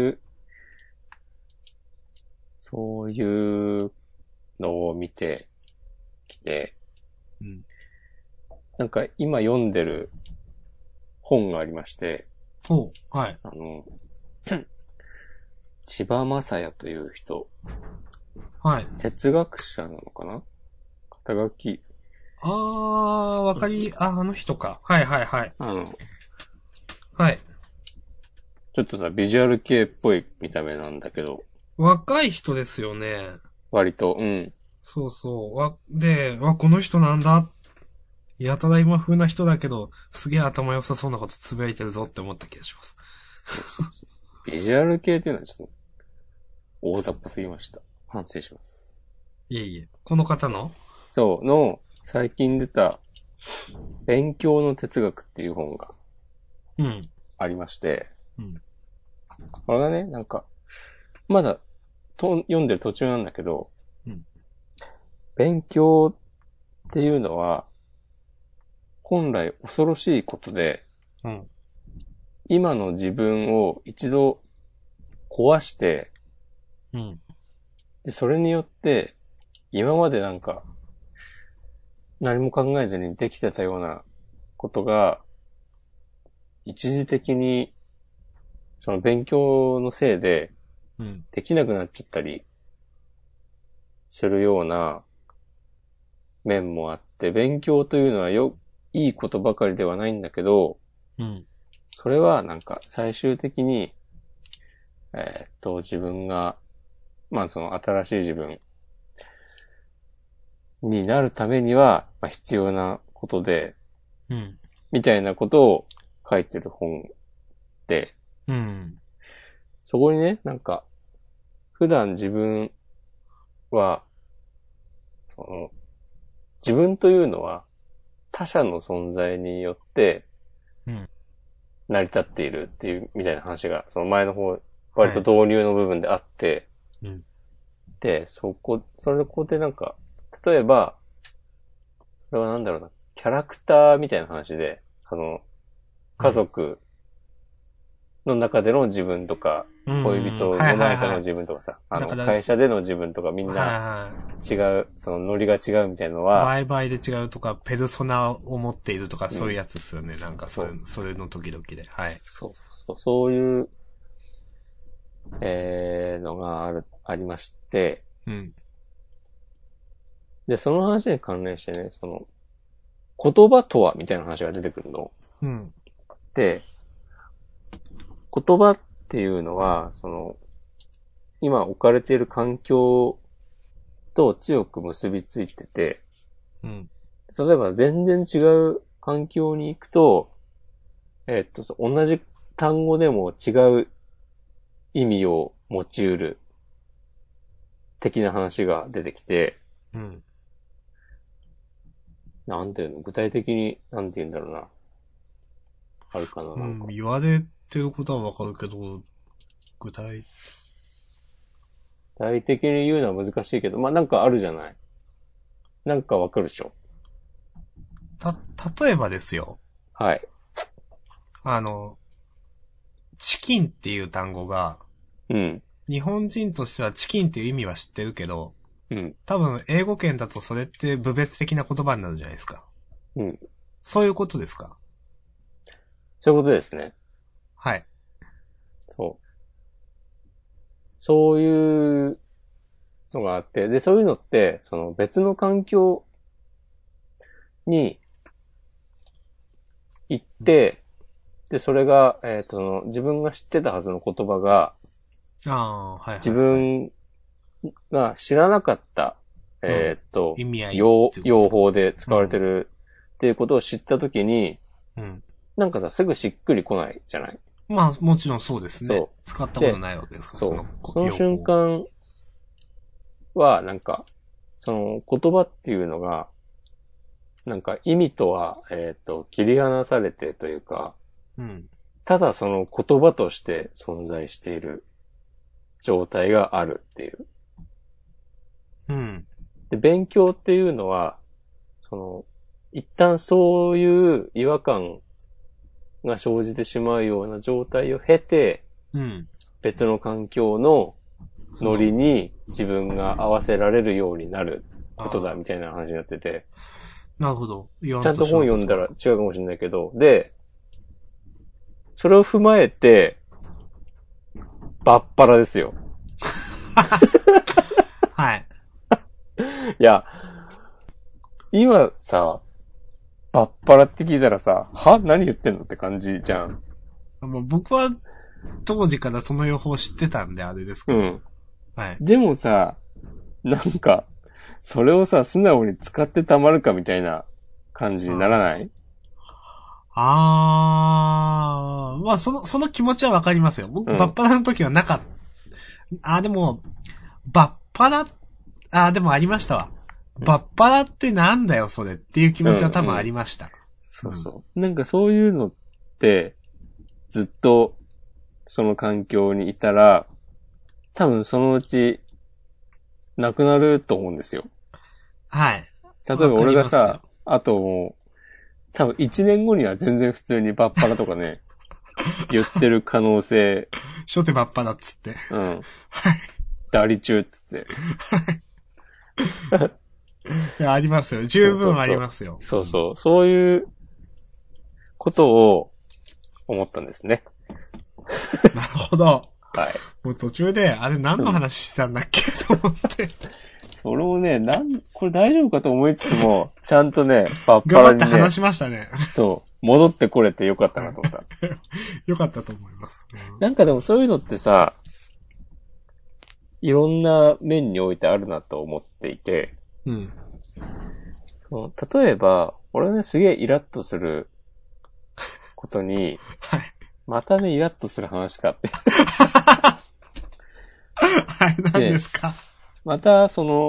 S1: そういうのを見てきて、
S2: うん。
S1: なんか今読んでる本がありまして、
S2: はい。
S1: 千葉雅也という人、
S2: はい。
S1: 哲学者なのかな？肩書き。
S2: あの人か。はいはいはい。はい。
S1: ちょっとさ、ビジュアル系っぽい見た目なんだけど、
S2: 若い人ですよね。
S1: 割と、うん。
S2: そうそう。この人なんだ。やたら今風な人だけど、すげえ頭良さそうなことつぶやいてるぞって思った気がします。
S1: そうそうそう。ビジュアル系っていうのはちょっと、大雑把すぎました。反省します。
S2: いえいえ。この方の
S1: そう、最近出た、勉強の哲学っていう本が
S2: うん。
S1: ありまして、
S2: うん。
S1: これがね、なんか、まだ読んでる途中なんだけど、
S2: うん。
S1: 勉強っていうのは、本来恐ろしいことで、
S2: うん。
S1: 今の自分を一度壊して、
S2: うん。
S1: で、それによって、今までなんか、何も考えずにできてたようなことが、一時的に、その勉強のせいで、
S2: うん。
S1: できなくなっちゃったり、するような面もあって、勉強というのはいいことばかりではないんだけど、
S2: うん。
S1: それはなんか最終的に、自分が、まあその新しい自分になるためには、まあ、必要なことで、
S2: うん。
S1: みたいなことを書いてる本で、
S2: うん。
S1: そこにね、なんか、普段自分は、自分というのは他者の存在によって
S2: うん。
S1: 成り立っているっていうみたいな話が、その前の方、割と
S2: はい。
S1: 導入の部分であって、
S2: うん。
S1: で、それこでなんか、例えば、それはなんだろうな、キャラクターみたいな話で、家族の中での自分とか、
S2: うん。
S1: 恋人
S2: はい
S1: の中の
S2: はいはい。
S1: 自分とかさ、
S2: だから、
S1: 会社での自分とかみん
S2: はい
S1: な
S2: は
S1: 違う、そのノリが違うみたいなの
S2: い。
S1: は、
S2: 売買で違うとか、ペルソナを持っているとか、
S1: うん、
S2: そういうやつですよね。なんか、それの時々で。はい。
S1: そうそうそう、そういう、のがありまして、
S2: うん。
S1: で、その話に関連してね、言葉とはみたいな話が出てくるの。
S2: うん。
S1: で、言葉っていうのは、今置かれている環境と強く結びついてて、
S2: うん。
S1: 例えば全然違う環境に行くと、同じ単語でも違う意味を持ち得る的な話が出てきて、
S2: うん。
S1: なんていうの具体的に、なんて言うんだろうな。あるかな、なんか。
S2: 言われてることはわかるけど、具体、
S1: 具体的に言うのは難しいけど、まあなんかあるじゃない。なんかわかるでしょ。
S2: 例えばですよ。
S1: はい。
S2: チキンっていう単語が、
S1: うん。
S2: 日本人としてはチキンっていう意味は知ってるけど、
S1: うん。
S2: 多分英語圏だとそれって部別的な言葉になるじゃないですか。
S1: うん。
S2: そういうことですか？
S1: そういうことですね。
S2: はい。
S1: そう。そういうのがあって、で、そういうのって、その別の環境に行って、で、それが、その自分が知ってたはずの言葉が、
S2: ああ、はいはい、はい。
S1: 自分が知らなかった、
S2: 意味合い
S1: 用法で使われてるっていうことを知ったときに、
S2: うん。
S1: なんかさ、すぐしっくりこないじゃない？
S2: まあ、もちろんそうですね。
S1: そう。
S2: 使ったことないわけですから、
S1: そう。その瞬間は、なんか、その言葉っていうのが、なんか意味とは、切り離されてというか、
S2: うん。
S1: ただその言葉として存在している状態があるっていう。
S2: うん。
S1: で、勉強っていうのは、その、一旦そういう違和感が生じてしまうような状態を経て、
S2: うん。
S1: 別の環境のノリに自分が合わせられるようになることだみたいな話になってて。
S2: なるほど。ち
S1: ゃんと本読んだら違うかもしれないけど、で、それを踏まえて、バッパラですよ。
S2: はい。
S1: いや、今さ、バッパラって聞いたらさ、何言ってんのって感じじゃん。
S2: 僕は当時からその予報知ってたんであれですけど。うん。はい。
S1: でもさ、なんか、それをさ、素直に使ってたまるかみたいな感じにならない？
S2: まあ、その気持ちはわかりますよ。僕、バッパラの時はなかった。でも、バッパラ、でもありましたわ。バッパラってなんだよ、それっていう気持ちは多分ありました。
S1: そうそう。なんかそういうのって、ずっと、その環境にいたら、多分そのうち、なくなると思うんですよ。
S2: はい。
S1: 例えば俺がさ、あともう、多分1年後には全然普通にバッパラとかね、言ってる可能性。
S2: 初手バッパラっつって。
S1: うん。
S2: はい。
S1: ダリ中っつって。
S2: はい。いや、ありますよ。十分ありますよ。
S1: そうそう。そういうことを思ったんですね。
S2: なるほど。
S1: はい。
S2: もう途中で、あれ何の話したんだっけ、と思って。
S1: それをね、これ大丈夫かと思いつつも、ちゃんとね、
S2: バッパラにね。頑張って話しましたね。
S1: そう。戻ってこれてよかったなと思った。
S2: よかったと思います。
S1: なんかでもそういうのってさ、いろんな面においてあるなと思っていて、
S2: うん。
S1: 例えば、俺ね、すげえイラッとすることに、
S2: はい。
S1: またね、イラッとする話かって。
S2: はい、何ですか？
S1: また、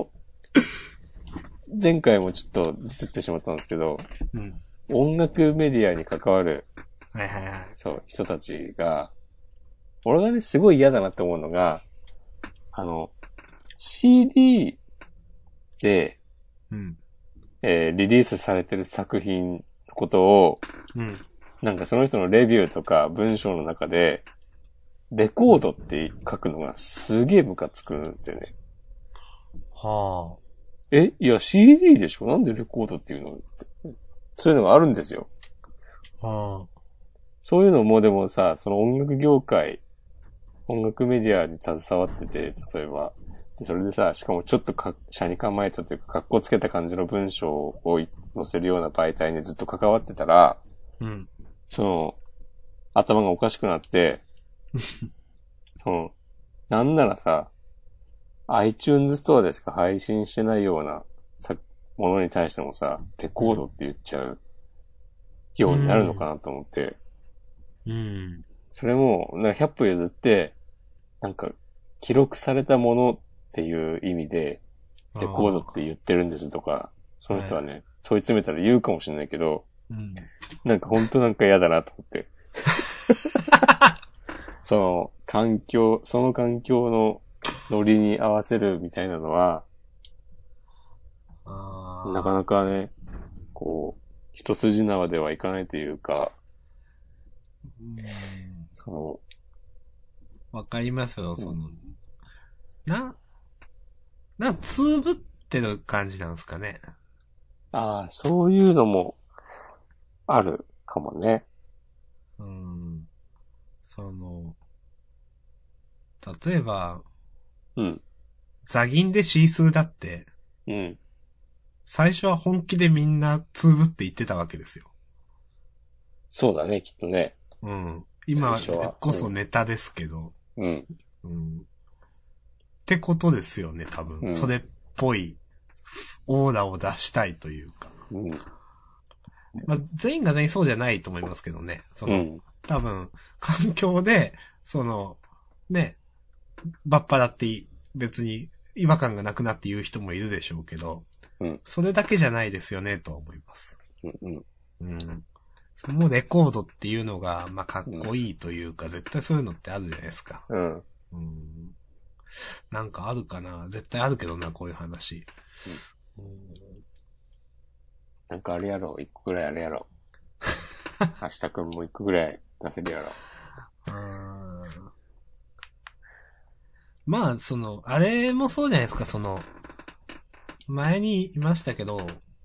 S1: 前回もちょっとディスってしまったんですけど、
S2: うん、
S1: 音楽メディアに関わる、
S2: はいはいはい。
S1: そう、人たちが、俺がね、すごい嫌だなって思うのが、CD で、
S2: うん、
S1: リリースされてる作品のことを、
S2: うん、
S1: なんかその人のレビューとか文章の中で、レコードって書くのがすげえムカつくんだよね。
S2: はあ。
S1: いや CD でしょ？なんでレコードっていうの？そういうのがあるんですよ。
S2: はあ。
S1: そういうのもでもさ、その音楽業界、音楽メディアに携わってて、例えば、それでさ、しかもちょっと車に構えたというか、格好つけた感じの文章を載せるような媒体にずっと関わってたら、
S2: うん。
S1: 頭がおかしくなって、なんならさ、iTunes ストアでしか配信してないようなものに対してもさ、レコードって言っちゃうようになるのかなと思って、
S2: うん。
S1: それも、100歩譲って、 なんか、記録されたものっていう意味で、レコードって言ってるんですとか、その人はね、問い詰めたら言うかもしれないけど、
S2: うん。
S1: なんか本当なんか嫌だなと思って。その環境のノリに合わせるみたいなのは、なかなかね、こう、一筋縄ではいかないというか、
S2: わかりますよ、つぶってる感じなんですかね。
S1: ああ、そういうのもあるかもね。
S2: 例えば、
S1: うん。
S2: ザギンでシースーだって、
S1: うん。
S2: 最初は本気でみんなつぶって言ってたわけですよ。
S1: そうだね、きっとね。
S2: うん。今こそネタですけど。
S1: うん。
S2: うん。ってことですよね、多分。それっぽいオーラを出したいというか。
S1: うん。
S2: まあ、全員が全員そうじゃないと思いますけどね。多分、環境で、ね、バッパだって別に違和感がなくなって言う人もいるでしょうけど、
S1: うん。
S2: それだけじゃないですよね、とは思います。
S1: うん。
S2: うん。もうレコードっていうのが、まあ、かっこいいというか、絶対そういうのってあるじゃないですか。
S1: うん。
S2: なんかあるかな、絶対あるけどな、こういう話。
S1: なんかあれやろう、一個ぐらいあれやろう。明日くんも一個ぐらい出せるやろう。
S2: まあ、あれもそうじゃないですか、前にいましたけど、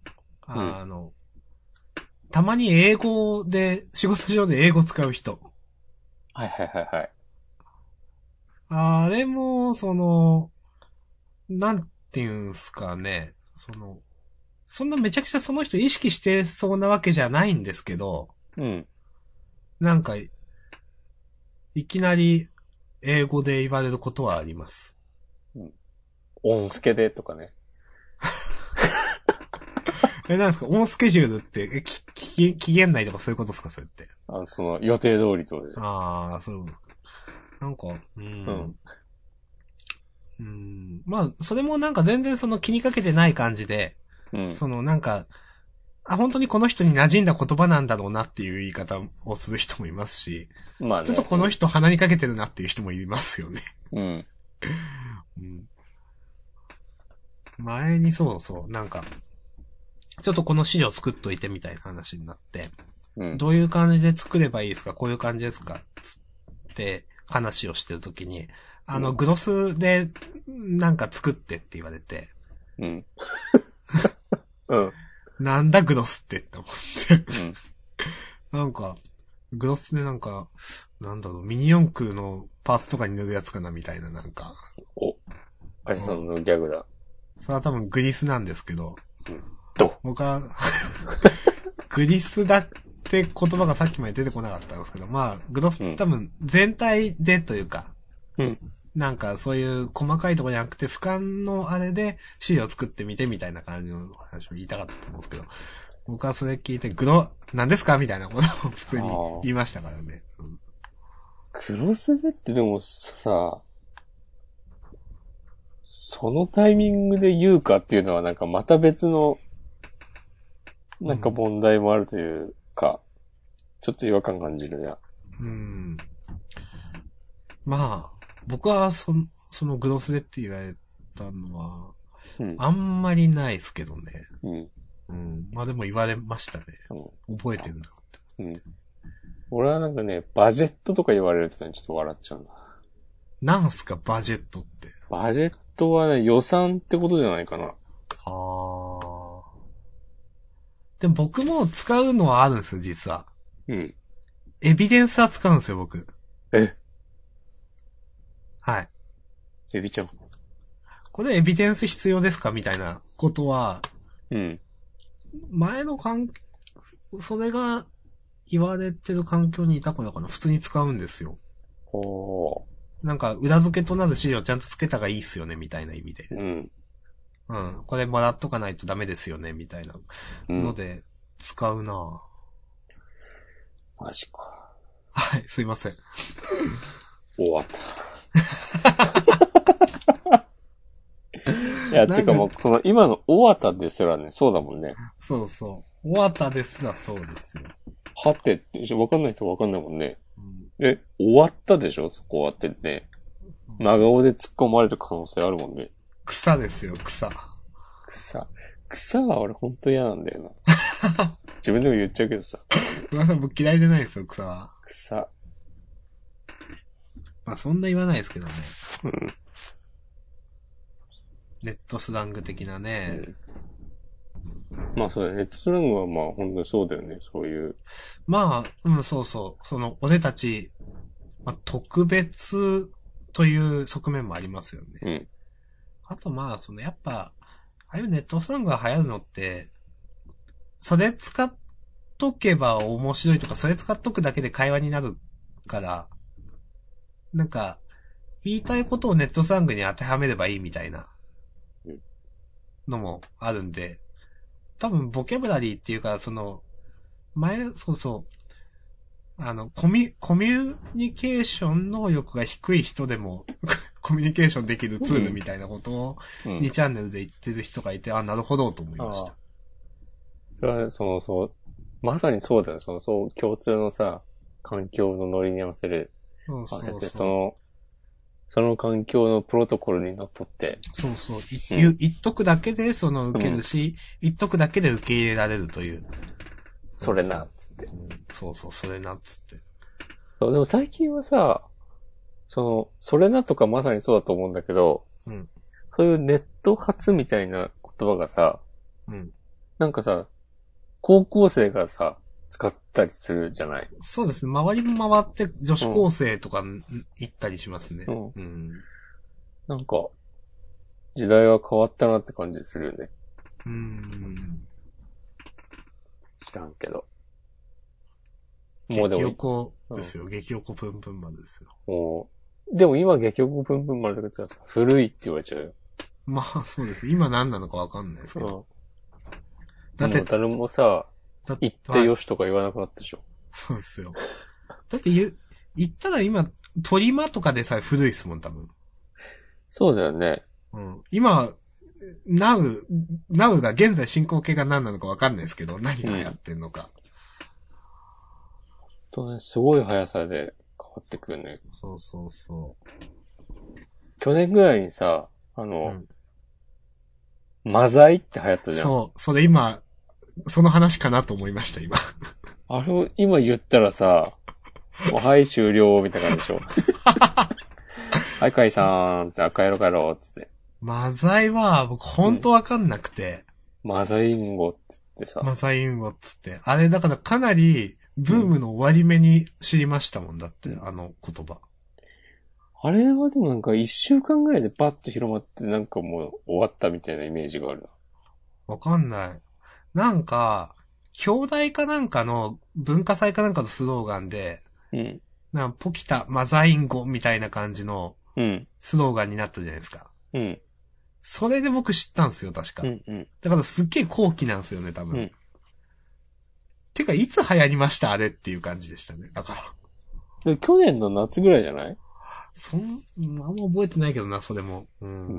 S2: たまに英語で、仕事上で英語使う人。
S1: はいはいはいはい。
S2: あれも、なんていうんすかね、そんなめちゃくちゃその人意識してそうなわけじゃないんですけど、
S1: うん。
S2: なんか、いきなり英語で言われることはあります。
S1: うん。音付けでとかね。
S2: なんですか、オンスケジュールって、期限内とかそういうことですか、それって。
S1: 予定通りってことで。
S2: ああ、そういうことか。なんか、まあ、それもなんか全然気にかけてない感じで、
S1: うん。
S2: なんか、本当にこの人に馴染んだ言葉なんだろうなっていう言い方をする人もいますし、
S1: まあね。
S2: ちょっとこの人鼻にかけてるなっていう人もいますよね。
S1: うん。
S2: 前になんか、ちょっとこの資料作っといてみたいな話になって、どういう感じで作ればいいですか、こういう感じですかつって話をしてるときに、グロスでなんか作ってって言われて、
S1: うん。うん。
S2: なんだグロスって思って、なんか、グロスでなんか、なんだろう、ミニ四駆のパーツとかに塗るやつかなみたいななんか。
S1: アジさんのギャグだ。
S2: それは多分グリスなんですけど、僕は、グリスだって言葉がさっきまで出てこなかったんですけど、まあ、グロスって多分全体でというか、なんかそういう細かいところじゃなくて、俯瞰のあれで資料作ってみてみたいな感じの話を言いたかったと思うんですけど、僕はそれ聞いて、何ですかみたいなことを普通に言いましたからね。
S1: グロスでってでもさ、そのタイミングで言うかっていうのはなんかまた別の、なんか問題もあるというか、ちょっと違和感感じるな。
S2: まあ、僕はそのグロスでって言われたのは、あんまりないですけどね。まあでも言われましたね。覚えてるなって。
S1: 俺はなんかね、バジェットとか言われるとね、ちょっと笑っちゃうな。
S2: なんすか、バジェットって。
S1: バジェットはね、予算ってことじゃないかな。
S2: でも僕も使うのはあるんですよ、実は。エビデンスは使うんですよ、僕。はい。
S1: エビちゃん。
S2: これエビデンス必要ですかみたいなことは、前のそれが言われてる環境にいた子だから普通に使うんですよ。なんか、裏付けとなる資料ちゃんとつけた方がいいっすよね、みたいな意味で。これもらっとかないとダメですよね、みたいなので、使うな
S1: マジか。
S2: はい、すいません。
S1: 終わった。 いや、てかもう、この今の大和ですらね、そうだもんね。
S2: そうそう。終わったですらそうですよ。
S1: はてって、わかんない人わかんないもんね。
S2: うん、
S1: 終わったでしょそこ終わってね。真顔で突っ込まれる可能性あるもんね。
S2: 草ですよ、草。
S1: 草は俺ほんと嫌なんだよな。自分でも言っちゃうけどさ。
S2: まさ僕嫌いじゃないですよ、草は。
S1: 草。
S2: まあそんな言わないですけどね。
S1: うん。
S2: ネットスラング的なね。
S1: まあそうだよね。ネットスラングはまあ本当にそうだよね。そういう。
S2: まあ、そうそう。その、俺たち、まあ、特別という側面もありますよね。
S1: うん。
S2: あとまあ、やっぱ、ああいうネットスラングが流行るのって、それ使っとけば面白いとか、それ使っとくだけで会話になるから、なんか、言いたいことをネットスラングに当てはめればいいみたいなのもあるんで、多分ボキャブラリーっていうか、そうそう、コミュニケーション能力が低い人でも、コミュニケーションできるツールみたいなことを、2チャンネルで言ってる人がいて、あ、なるほどと思いました。
S1: それは、まさにそうだよ。共通のさ、環境のノリに合わせる。
S2: そうそうそう。
S1: その環境のプロトコルにのっとって。
S2: そうそう。言っとくだけで、受けるし、言っとくだけで受け入れられるという。
S1: それな、つって。
S2: そうそう、それな、つって。
S1: そう、でも最近はさ、それなとかまさにそうだと思うんだけど、
S2: うん。
S1: そういうネット発みたいな言葉がさ、
S2: うん。
S1: なんかさ、高校生がさ、使ったりするじゃない。
S2: そうですね。周りも回って女子高生とか行ったりしますね。
S1: うん。なんか、時代は変わったなって感じするよね。知らんけど。
S2: もうでも。激おこですよ。激おこぷんぷん丸ですよ。
S1: でも今激おこぷんぷん丸とかさ、古いって言われちゃうよ。
S2: まあそうですね。今何なのかわかんないですけど。
S1: だって、誰もさ、言ってよしとか言わなくなったでしょ。
S2: そうですよ。だって言ったら今、トリマとかでさえ古いですもん、多分。
S1: そうだよね。
S2: うん。今、now が現在進行形が何なのかわかんないですけど、何が流行ってんのか。
S1: すごい速さで変わってくるね。
S2: そうそうそう。
S1: 去年ぐらいにさ、マザイって流行ったじゃん。
S2: そう、それ今、その話かなと思いました、今。
S1: あれを今言ったらさ、もうはい終了みたいな感じでしょ。はい、解散って、帰ろう、つって。
S2: マザイは、僕ほんとわかんなくて。
S1: マザインゴっつってさ。
S2: マザインゴっつって。あれだからかなり、ブームの終わり目に知りましたもんだって、あの言葉。
S1: あれはでもなんか一週間ぐらいでバッと広まってなんかもう終わったみたいなイメージがあるな。
S2: わかんない。なんか、兄弟かなんかの文化祭かなんかのスローガンで、ポキタマザインゴみたいな感じのスローガンになったじゃないですか。それで僕知ったんですよ、確か。だからすっげえ後期なんですよね、多分。てか、いつ流行りましたあれっていう感じでしたね。だから。
S1: 去年の夏ぐらいじゃない？
S2: あんま覚えてないけどな、それも。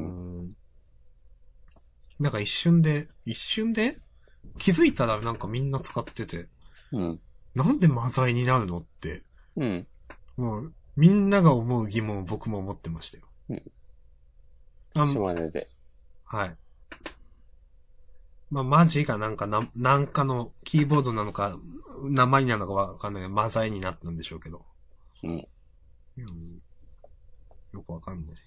S2: なんか一瞬で気づいたらなんかみんな使ってて。なんでマザイになるのって。もう、みんなが思う疑問を僕も思ってましたよ。
S1: 島根で。
S2: はい。まあ、マジがなんかのキーボードなのか、名前なのかわかんないけど、マザイになったんでしょうけど。よくわかんない。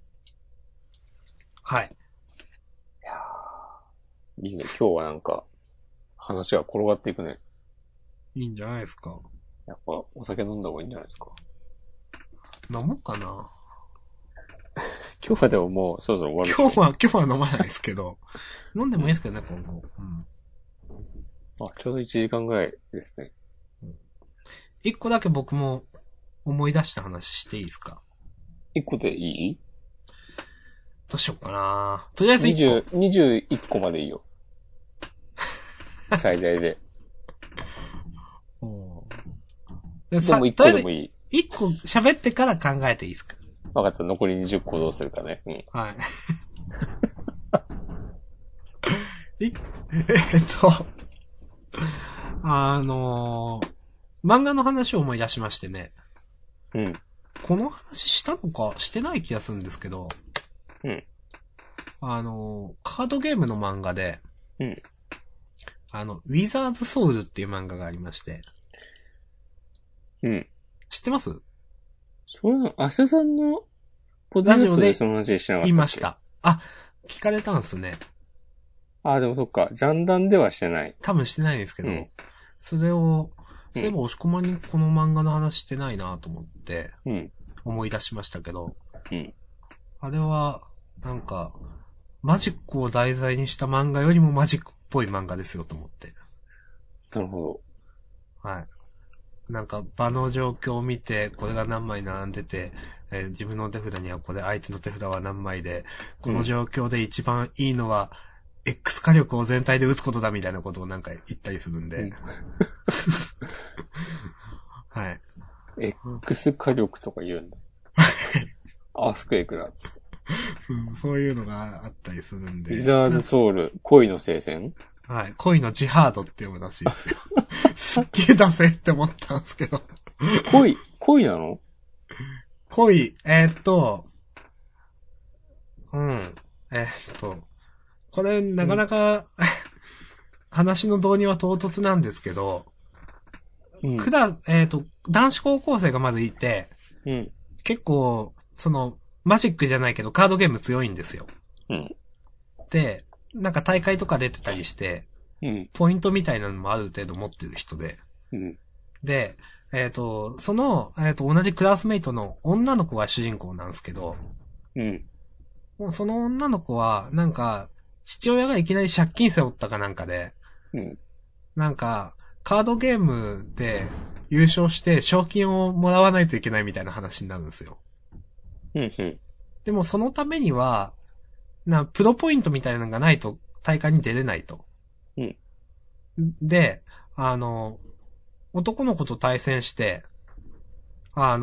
S2: はい。
S1: いやー、いいね。今日はなんか、話が転がっていくね。
S2: いいんじゃないですか。
S1: やっぱ、お酒飲んだ方がいいんじゃないですか。
S2: 飲もうかな。
S1: 今日はでももう、そろそろ終わ
S2: る。今日は飲まないですけど。飲んでもいいですけどね、今後。
S1: ちょうど1時間ぐらいですね。
S2: 一個だけ僕も思い出した話していいですか？
S1: 一個でいい？
S2: どうしようかな。とりあえず
S1: 21個までいいよ。最大で。
S2: でも
S1: 1個でもいい。
S2: 1個喋ってから考えていいですか？
S1: わかった。残り20個どうするかね。うん。
S2: はい。と、漫画の話を思い出しましてね。
S1: うん。
S2: この話したのかしてない気がするんですけど。
S1: うん。
S2: カードゲームの漫画で、
S1: うん。
S2: ウィザーズソウルっていう漫画がありまして。
S1: うん。
S2: 知ってます？
S1: そういうの、明日さんのポッドキャストでその話しなかったっけ？
S2: 言いました。あ、聞かれたんですね。
S1: あ、でもそっか。ジャンダンではしてない。
S2: 多分してないんですけど、
S1: うん、
S2: そういえば押し込まにこの漫画の話してないなと思って、思い出しましたけど、
S1: うん。
S2: あれは、なんか、マジックを題材にした漫画よりもマジックっぽい漫画ですよと思って。
S1: なるほ
S2: ど。はい。なんか場の状況を見て、これが何枚並んでて、自分の手札にはこれ、相手の手札は何枚で、この状況で一番いいのは、X 火力を全体で打つことだみたいなことをなんか言ったりするんで。はい。
S1: X 火力とか言うんだ。アースクエイクだっつって。
S2: そういうのがあったりするんで。
S1: ウィザーズソウル、恋の聖戦？
S2: はい。恋のジハードって読むらしいですよ。すっげえダセって思ったんですけど。
S1: 恋なの？
S2: 恋、うん。これ、なかなか、話の導入は唐突なんですけど、男子高校生がまずいて、結構、マジックじゃないけど、カードゲーム強いんですよ。で、なんか大会とか出てたりして、ポイントみたいなのもある程度持ってる人で、で、同じクラスメイトの女の子が主人公なんですけど、もうその女の子は、なんか、父親がいきなり借金背負ったかなんかで、なんか、カードゲームで優勝して賞金をもらわないといけないみたいな話になるんですよ。でもそのためには、プロポイントみたいなのがないと大会に出れないと。で、男の子と対戦して、勝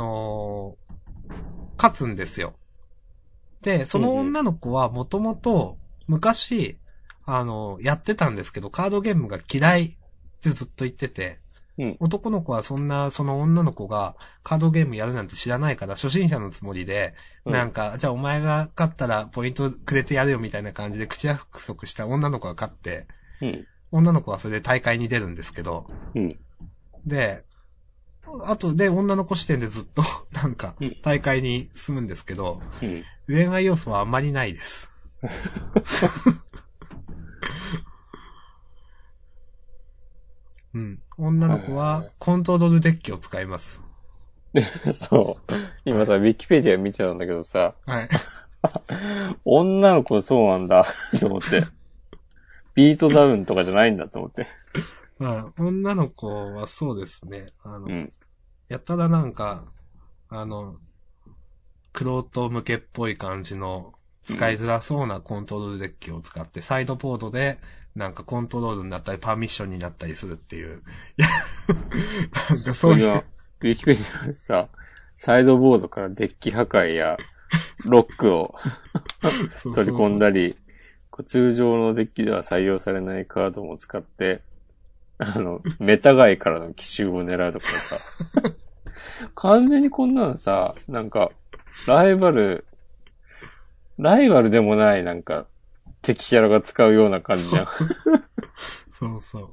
S2: つんですよ。で、その女の子はもともと昔、やってたんですけど、カードゲームが嫌いってずっと言ってて、男の子はその女の子がカードゲームやるなんて知らないから初心者のつもりで、なんか、じゃあお前が勝ったらポイントくれてやるよみたいな感じで口約束した女の子が勝って、女の子はそれで大会に出るんですけど、で、女の子視点でずっと、なんか、大会に進むんですけど、恋愛要素はあんまりないです。女の子はコントロールデッキを使います。
S1: そう。今さ、ウィキペディア見てたんだけどさ。
S2: はい。
S1: 女の子そうなんだ、と思って。ビートダウンとかじゃないんだと思って。
S2: 女の子はそうですね。やったらなんか、クロート向けっぽい感じの使いづらそうなコントロールデッキを使って、サイドボードでなんかコントロールになったりパーミッションになったりするっていう。いや、なんかそういう。
S1: ウィキペディアでさ、サイドボードからデッキ破壊やロックを取り込んだり、通常のデッキでは採用されないカードも使って、メタ外からの奇襲を狙うとかさ、完全にこんなのさ、なんか、ライバルでもない、なんか、敵キャラが使うような感じじゃん。
S2: そうそう。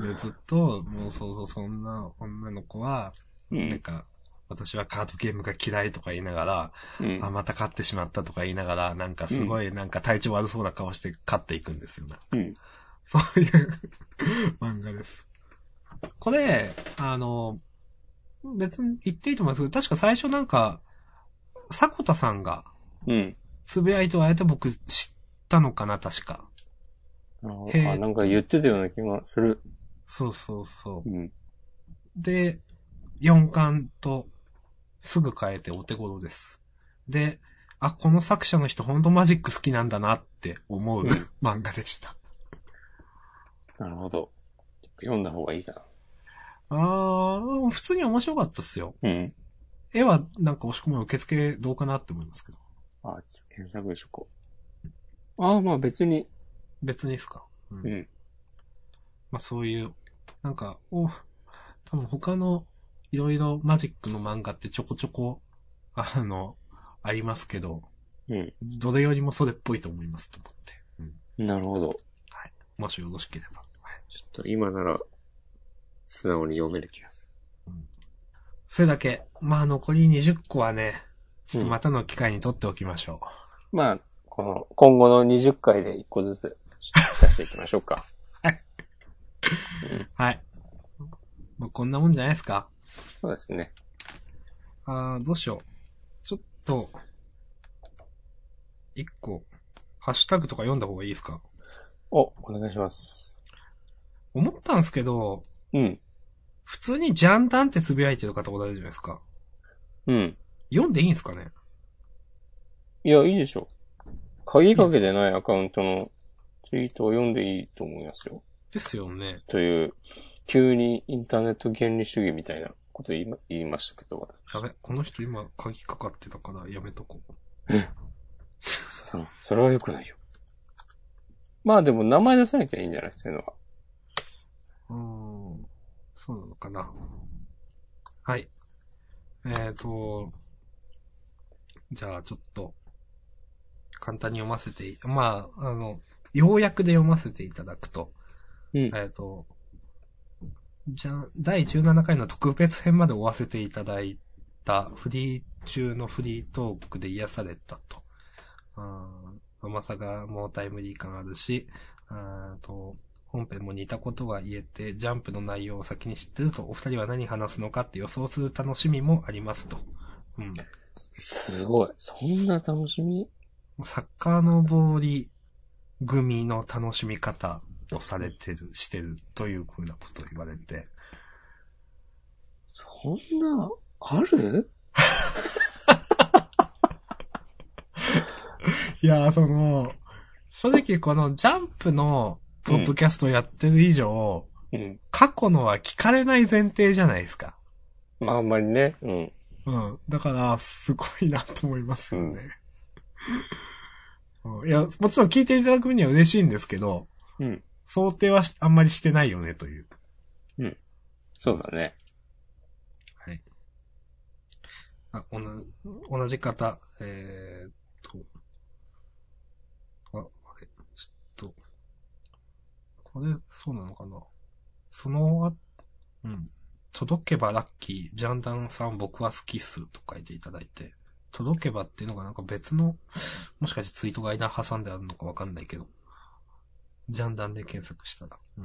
S2: で、ずっと、もうそんな女の子は、なんか、私はカードゲームが嫌いとか言いながら、また勝ってしまったとか言いながら、なんかすごいなんか体調悪そうな顔して勝っていくんですよな。そういう漫画です。これ、別に言っていいと思いますけど、確か最初なんか、迫田さんが、つぶやいてあえて僕知ったのかな、確か。
S1: なんか言ってたような気がする。
S2: そう。で、4巻とすぐ変えてお手頃です。で、この作者の人ほんとマジック好きなんだなって思う、漫画でした。
S1: なるほど。読んだ方がいいかな。
S2: 普通に面白かったっすよ。 絵はなんか押し込む受付どうかなって思いますけど。
S1: あ、検索しとこう。ああ、まあ別に。
S2: 別にですか？
S1: うん。
S2: まあそういう、なんか、多分他のいろいろマジックの漫画ってちょこちょこ、ありますけど、
S1: うん。
S2: どれよりもそれっぽいと思いますと思って。うん。
S1: なるほど。
S2: はい。もしよろしければ。はい。
S1: ちょっと今なら、素直に読める気がす
S2: うん。それだけ。まあ残り20個はね、ちょっと
S1: うん
S2: またの機会に取っておきましょ
S1: る。まあ、今後の20回で1個ずつ出していきましょうか。
S2: う。はい。
S1: うん。
S2: はい。まあ、こんなもんじゃないですか。
S1: そうですね。
S2: どうしよう。ちょっと、1個、ハッシュタグとか読んだ方がいいですか？
S1: お願いします。
S2: 思ったんですけど、
S1: うん。
S2: 普通にジャンダンってつぶやいてる方おられるじゃないですか。
S1: うん。
S2: 読んでいいんですかね？
S1: いや、いいでしょう。鍵かけてないアカウントのツイートを読んでいいと思いますよ。
S2: ですよね。
S1: という、急にインターネット原理主義みたいなこと言いましたけど、私。
S2: やべ、この人今鍵かかってたからやめとこう。
S1: それは良くないよ。まあでも名前出さなきゃいいんじゃないそういうのは。
S2: そうなのかな。はい。じゃあちょっと、簡単に読ませて、まあ、要約で読ませていただくと、
S1: うん。
S2: じゃあ、第17回の特別編まで終わせていただいたフリー中のフリートークで癒されたと。甘さがもうタイムリー感あるし、本編も似たことが言えて、ジャンプの内容を先に知ってると、お二人は何話すのかって予想する楽しみもありますと。うん。
S1: すごい。そんな楽しみ
S2: 遡り組の楽しみ方をしてるというふうなことを言われて。
S1: そんな、ある
S2: いや、正直このジャンプのポッドキャストをやってる以上、
S1: うん。
S2: 過去のは聞かれない前提じゃないですか。
S1: まああんまりね。うん。
S2: うん。だから、すごいなと思いますよね。いや、もちろん聞いていただく分には嬉しいんですけど、
S1: うん。
S2: 想定はあんまりしてないよね、という。
S1: うん。そうだね。
S2: はい。同じ方、あれ、ちょっと、これ、そうなのかな。うん。届けばラッキー、ジャンダンさん僕は好きっすと書いていただいて、届けばっていうのがなんか別の、もしかしてツイートが間挟んであるのかわかんないけど、ジャンダンで検索したら、うん。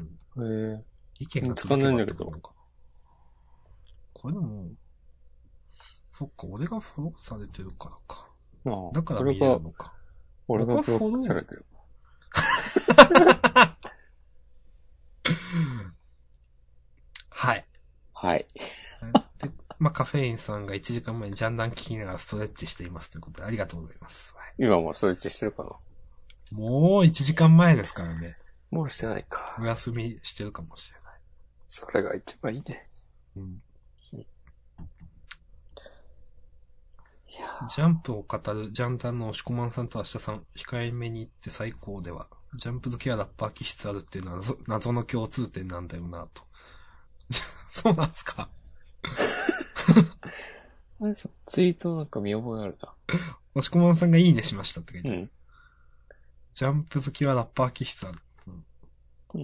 S2: 意見が届けばってことなのかな。これでも、そっか、俺がフォローされてるからか。
S1: まあ、
S2: だから見れるのか。
S1: 俺がブロックされてる。
S2: はい。
S1: はい。
S2: で、まあ、カフェインさんが1時間前にジャンダン聞きながらストレッチしていますということでありがとうございます。はい、
S1: 今もストレッチしてるかな
S2: もう1時間前ですからね。
S1: もうしてないか。
S2: お休みしてるかもしれない。
S1: それが一番いいね。
S2: うん。
S1: いや
S2: ジャンプを語るジャンダンの押し込まんさんと明日さん、控えめに言って最高では、ジャンプ好きはラッパー気質あるっていうのは謎の共通点なんだよなと。そうなんすか
S1: あれさ、ツイートなんか見覚えあるな。
S2: 押し込まんさんがいいねしましたって書いてある。
S1: うん。
S2: ジャンプ好きはラッパー気質ある。
S1: うん。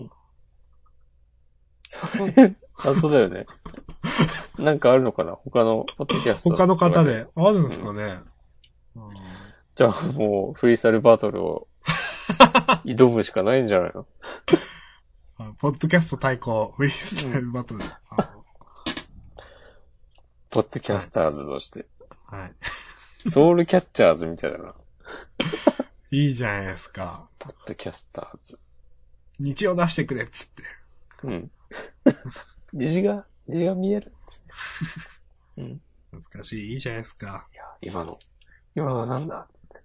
S1: それ、そうだよね。なんかあるのかな他のポッドキャスト、
S2: 他の方で。あるんですかね、
S1: じゃあもうフリースタイルバトルを挑むしかないんじゃないの
S2: ポッドキャスト対抗フリースタイルバトル。
S1: ポッドキャスターズとして。
S2: はい。
S1: ソウルキャッチャーズみたいだな。
S2: いいじゃないですか。
S1: ポッドキャスターズ。
S2: 日曜出してくれっつって。
S1: うん。虹が見えるっつって。うん。
S2: 難しい。いいじゃないですか。
S1: いや、今のなんだ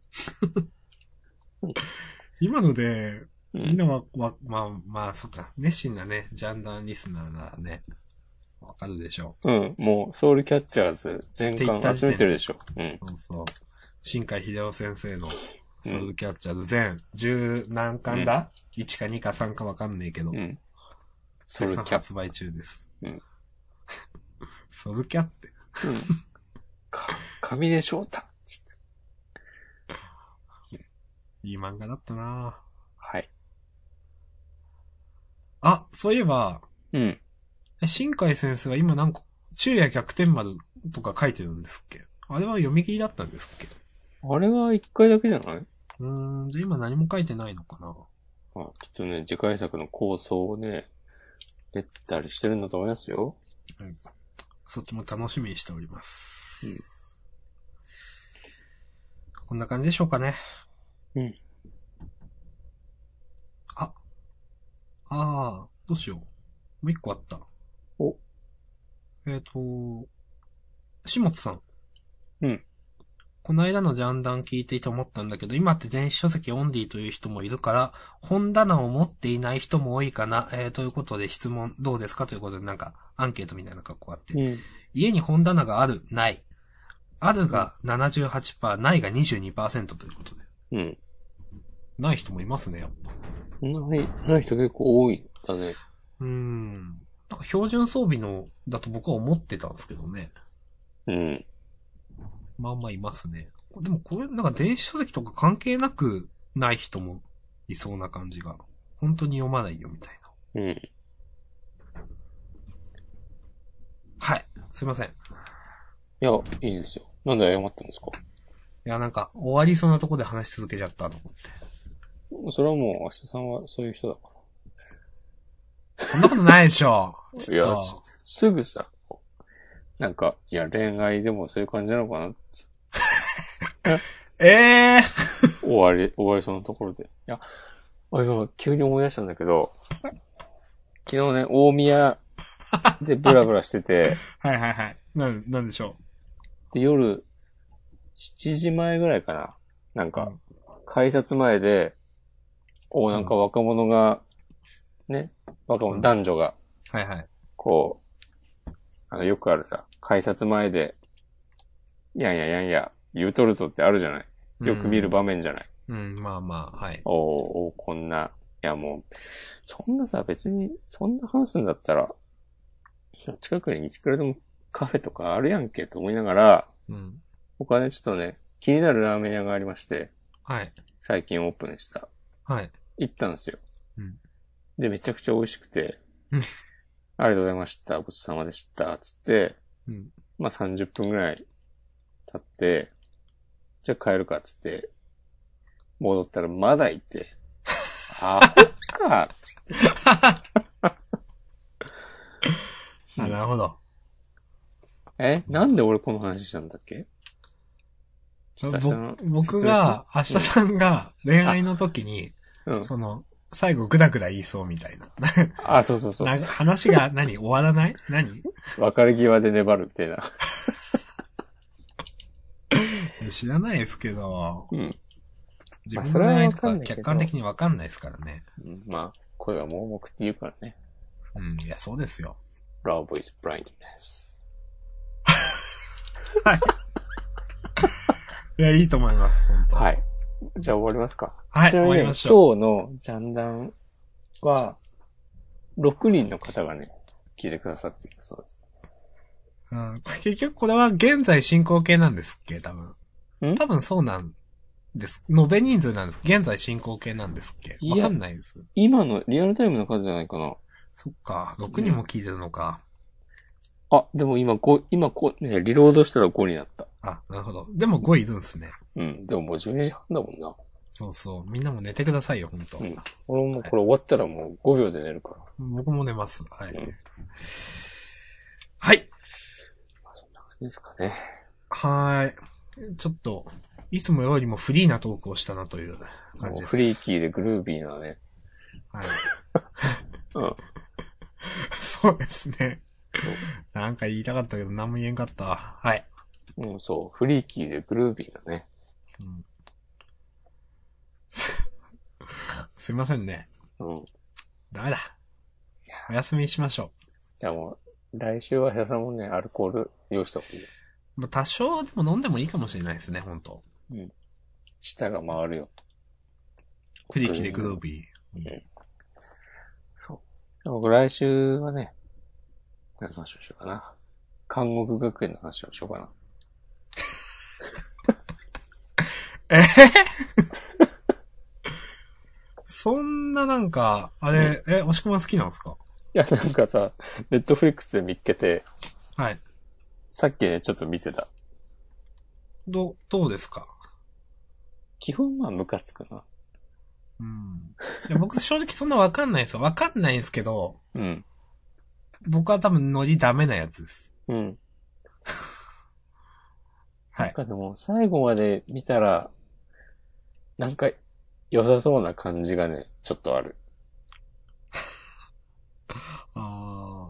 S2: 今ので、みんなは、まあ、そっか。熱心なね、ジャンダンリスナーならね、 わかるでしょ
S1: うん。もう、ソウルキャッチャーズ全巻集めてるでしょ。うん。
S2: そうそう。新海秀夫先生のソウルキャッチャーズ全10何巻だ、?1 か2か3かわかんねえけど。うん。ソウルキャッ発売中です。うん。ソウルキャって。うん。
S1: 上出翔太。
S2: いい漫画だったな。
S1: はい。
S2: あ、そういえば、
S1: うん。
S2: 新海先生は今なんか、昼夜逆転丸とか書いてるんですっけ？あれは読み切りだったんですっけ？
S1: あれは一回だけじゃない？
S2: じゃ今何も書いてないのかな？
S1: ちょっとね、次回作の構想をね、出たりしてるんだと思いますよ。
S2: はい。そっちも楽しみにしております。こんな感じでしょうかね。
S1: うん。
S2: どうしよう。もう一個あった。
S1: お。
S2: しもつさん。
S1: うん。
S2: この間のジャンダン聞いていて思ったんだけど、今って電子書籍オンリーという人もいるから、本棚を持っていない人も多いかな。ということで質問どうですかということでなんかアンケートみたいな格好あって。
S1: うん、
S2: 家に本棚がある、ない。あるが 78%、ないが 22% ということで。
S1: うん。
S2: ない人もいますね、やっぱ。
S1: ない人結構多いんだね。
S2: なんか標準装備のだと僕は思ってたんですけどね。
S1: うん。
S2: まあまあいますね。でもこれなんか電子書籍とか関係なくない人もいそうな感じが。本当に読まないよみたい
S1: な。うん。
S2: はい。すいません。い
S1: や、いいですよ。なんで謝ったんですか？
S2: いや、なんか終わりそうなとこで話し続けちゃったと思って。
S1: それはもう、明日さんはそういう人だから。
S2: そんなことないでしょ。
S1: いや、すぐさ、なんか、いや、恋愛でもそういう感じなのかなって。終わりそうなところで。いや、今急に思い出したんだけど、昨日ね、大宮でブラブラしてて、
S2: はいはいはい。なんでしょ
S1: う。で、夜、7時前ぐらいかな。なんか、改札前で、なんか若者が、ね、男女が、
S2: はいはい。
S1: こう、よくあるさ、改札前で、やんや、言うとるぞってあるじゃない。よく見る場面じゃない。
S2: まあまあ、はい。
S1: こんな、いやもう、そんなさ、別に、そんな話すんだったら、近くにいくらでもカフェとかあるやんけと思いながら、僕はね、ちょっとね、気になるラーメン屋がありまして、
S2: はい。
S1: 最近オープンした。
S2: はい。
S1: 行ったんですよ。で、めちゃくちゃ美味しくて、ありがとうございました、ごちそうさまでした、つって、まあ30分ぐらい経って、じゃあ帰るか、つって、戻ったらまだいて、あほか、つって。
S2: なるほど。
S1: なんで俺この話したんだっけ？
S2: 僕が、明日さんが恋愛の時に、最後グダグダ言いそうみたいな。
S1: そう。
S2: 話が終わらない
S1: 別れ際で粘るみたいな。
S2: 知らないですけど、自分の
S1: 恋愛
S2: とか客観的にわかんないですからね。
S1: まあ、声は盲目って言うからね。
S2: いや、そうですよ。
S1: Love is blindness.
S2: はい。いや、いいと思います、本当。
S1: はい。じゃあ終わりますか。
S2: はい、終わりましょ
S1: う。今日のジャンダンは、6人の方がね、聞いてくださっていたそうです。
S2: 結局これは現在進行形なんですっけ？多分そうなんです。延べ人数なんです。現在進行形なんですっけ？わかんないです。
S1: 今のリアルタイムの数じゃないかな。
S2: そっか、6人も聞いてるのか。
S1: でも今ね、リロードしたら5になった。
S2: なるほど。でも5いるんすね。
S1: でももう12時半だもんな。
S2: そう。みんなも寝てくださいよ、ほんと。
S1: 俺もこれ終わったらもう5秒で寝るから。
S2: 僕も寝ます。はい。はい。
S1: そんな感じですかね。
S2: はい。ちょっと、いつもよりもフリーなトークをしたなという感じです。
S1: フリーキーでグルービーなね。
S2: はい。そうですね。なんか言いたかったけど何も言えんかった。はい。
S1: そう。フリーキーでグルービーだね。
S2: すいませんね。ダメだ。お休みしましょう。
S1: じゃあもう、 来週は平さんもね、アルコール用意した方がいいよ。
S2: まあ、多少でも飲んでもいいかもしれないですね、本当
S1: うん。舌が回るよ。
S2: クリキでグロービー。
S1: うん。そう。僕来週はね、何の話をしようかな。監獄学園の話をしようかな。
S2: そんななんか、あれ、押し込まん好きなんですか？
S1: いや、なんかさ、ネットフリックスで見っけて、
S2: はい。
S1: さっきね、ちょっと見てた。
S2: どうですか？
S1: 基本はムカつくな。
S2: うん。いや僕正直そんなわかんないですよ。わかんないんですけど、
S1: うん。
S2: 僕は多分ノリダメなやつです。
S1: うん。
S2: はい。
S1: なんかでも、最後まで見たら、なんか、良さそうな感じがね、ちょっとある。
S2: あ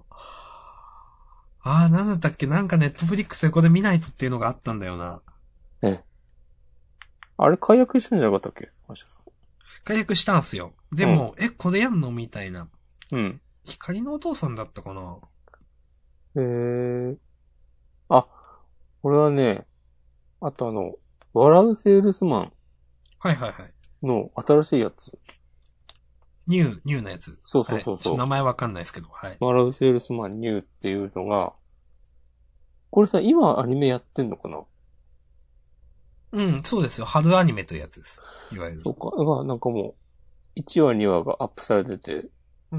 S2: なんだったっけ？なんかネットフリックスでこれ見ないとっていうのがあったんだよな。
S1: え。あれ解約したんじゃなかったっけ？マシャさ
S2: 解約したんすよ。でも、これやんのみたいな。
S1: ん。うん。
S2: 光のお父さんだったかな。
S1: へえ。あ、これはね、あと笑うセールスマン
S2: はいはいはい。
S1: の新しいやつ。
S2: ニューなやつ。
S1: そうそうそう
S2: はい、ちょっ
S1: そう。
S2: と名前わかんないですけど、はい。
S1: 笑うセールスマンニューっていうのが、これさ、今アニメやってんのかな？
S2: うん、そうですよ。春アニメというやつです。いわゆる。
S1: そうか。なんかもう、1話2話がアップされてて、
S2: うん。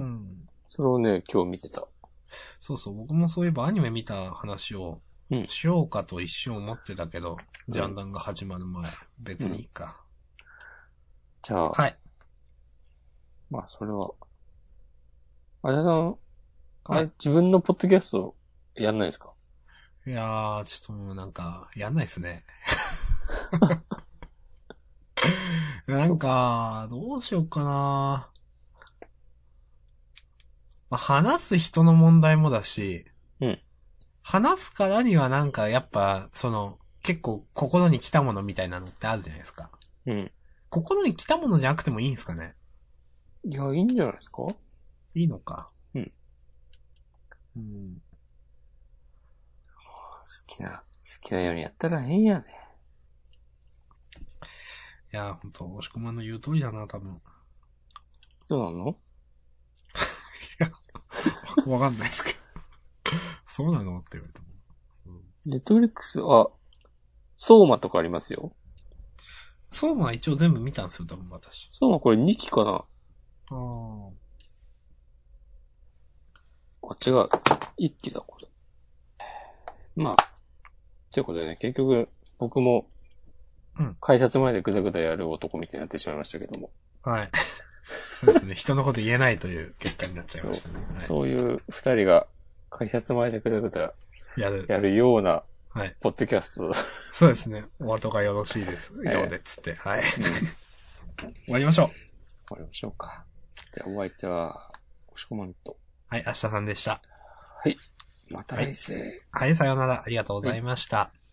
S1: それをね、今日見てた。
S2: そうそう、僕もそういえばアニメ見た話を
S1: うん。
S2: しようかと一瞬思ってたけど、
S1: うん
S2: ジャンダンが始まる前、別にいいか。
S1: じゃあ、
S2: はい。
S1: まあ、それは。あやさん、あれ、
S2: はい。
S1: 自分のポッドキャストやんないですか？
S2: いやー、ちょっともうなんか、やんないっすね。なん
S1: そっか。
S2: か、どうしようかな。まあ、話す人の問題もだし、
S1: うん。
S2: 話すからにはなんかやっぱ、結構心に来たものみたいなのってあるじゃないですか。
S1: うん。
S2: 心に来たものじゃなくてもいいんですかね？
S1: いや、いいんじゃないですか？
S2: いいのか。
S1: うん。
S2: うん。
S1: 好きなようにやったらええんやね。
S2: いやー、ほんと、押し込まんの言う通りだな、多分。
S1: そうなの？
S2: いや、わかんないですけど。そうなのって言われたもん。
S1: ネットフリックスは、相馬とかありますよ。
S2: 相馬は一応全部見たんですよ、多分私。
S1: 相馬これ2期かな？
S2: ああ。
S1: あ、違う。1期だ、これ。まあ、ということでね、結局、僕も、
S2: うん。
S1: 改札前でぐだぐだやる男みたいになってしまいましたけども。
S2: はい。そうですね。人のこと言えないという結果になっちゃいましたね。はい、
S1: そういう2人が、改札前でぐだぐだ
S2: やる。
S1: やるような、
S2: はい。
S1: ポッドキャスト。
S2: そうですね。お後がよろしいです。ようで、つって。はい。終わりましょう。
S1: 終わりましょうか。では、お相手は、押し込まんと。
S2: はい、明日さんでした。
S1: はい。また来世。
S2: はい、さようなら。ありがとうございました。はい。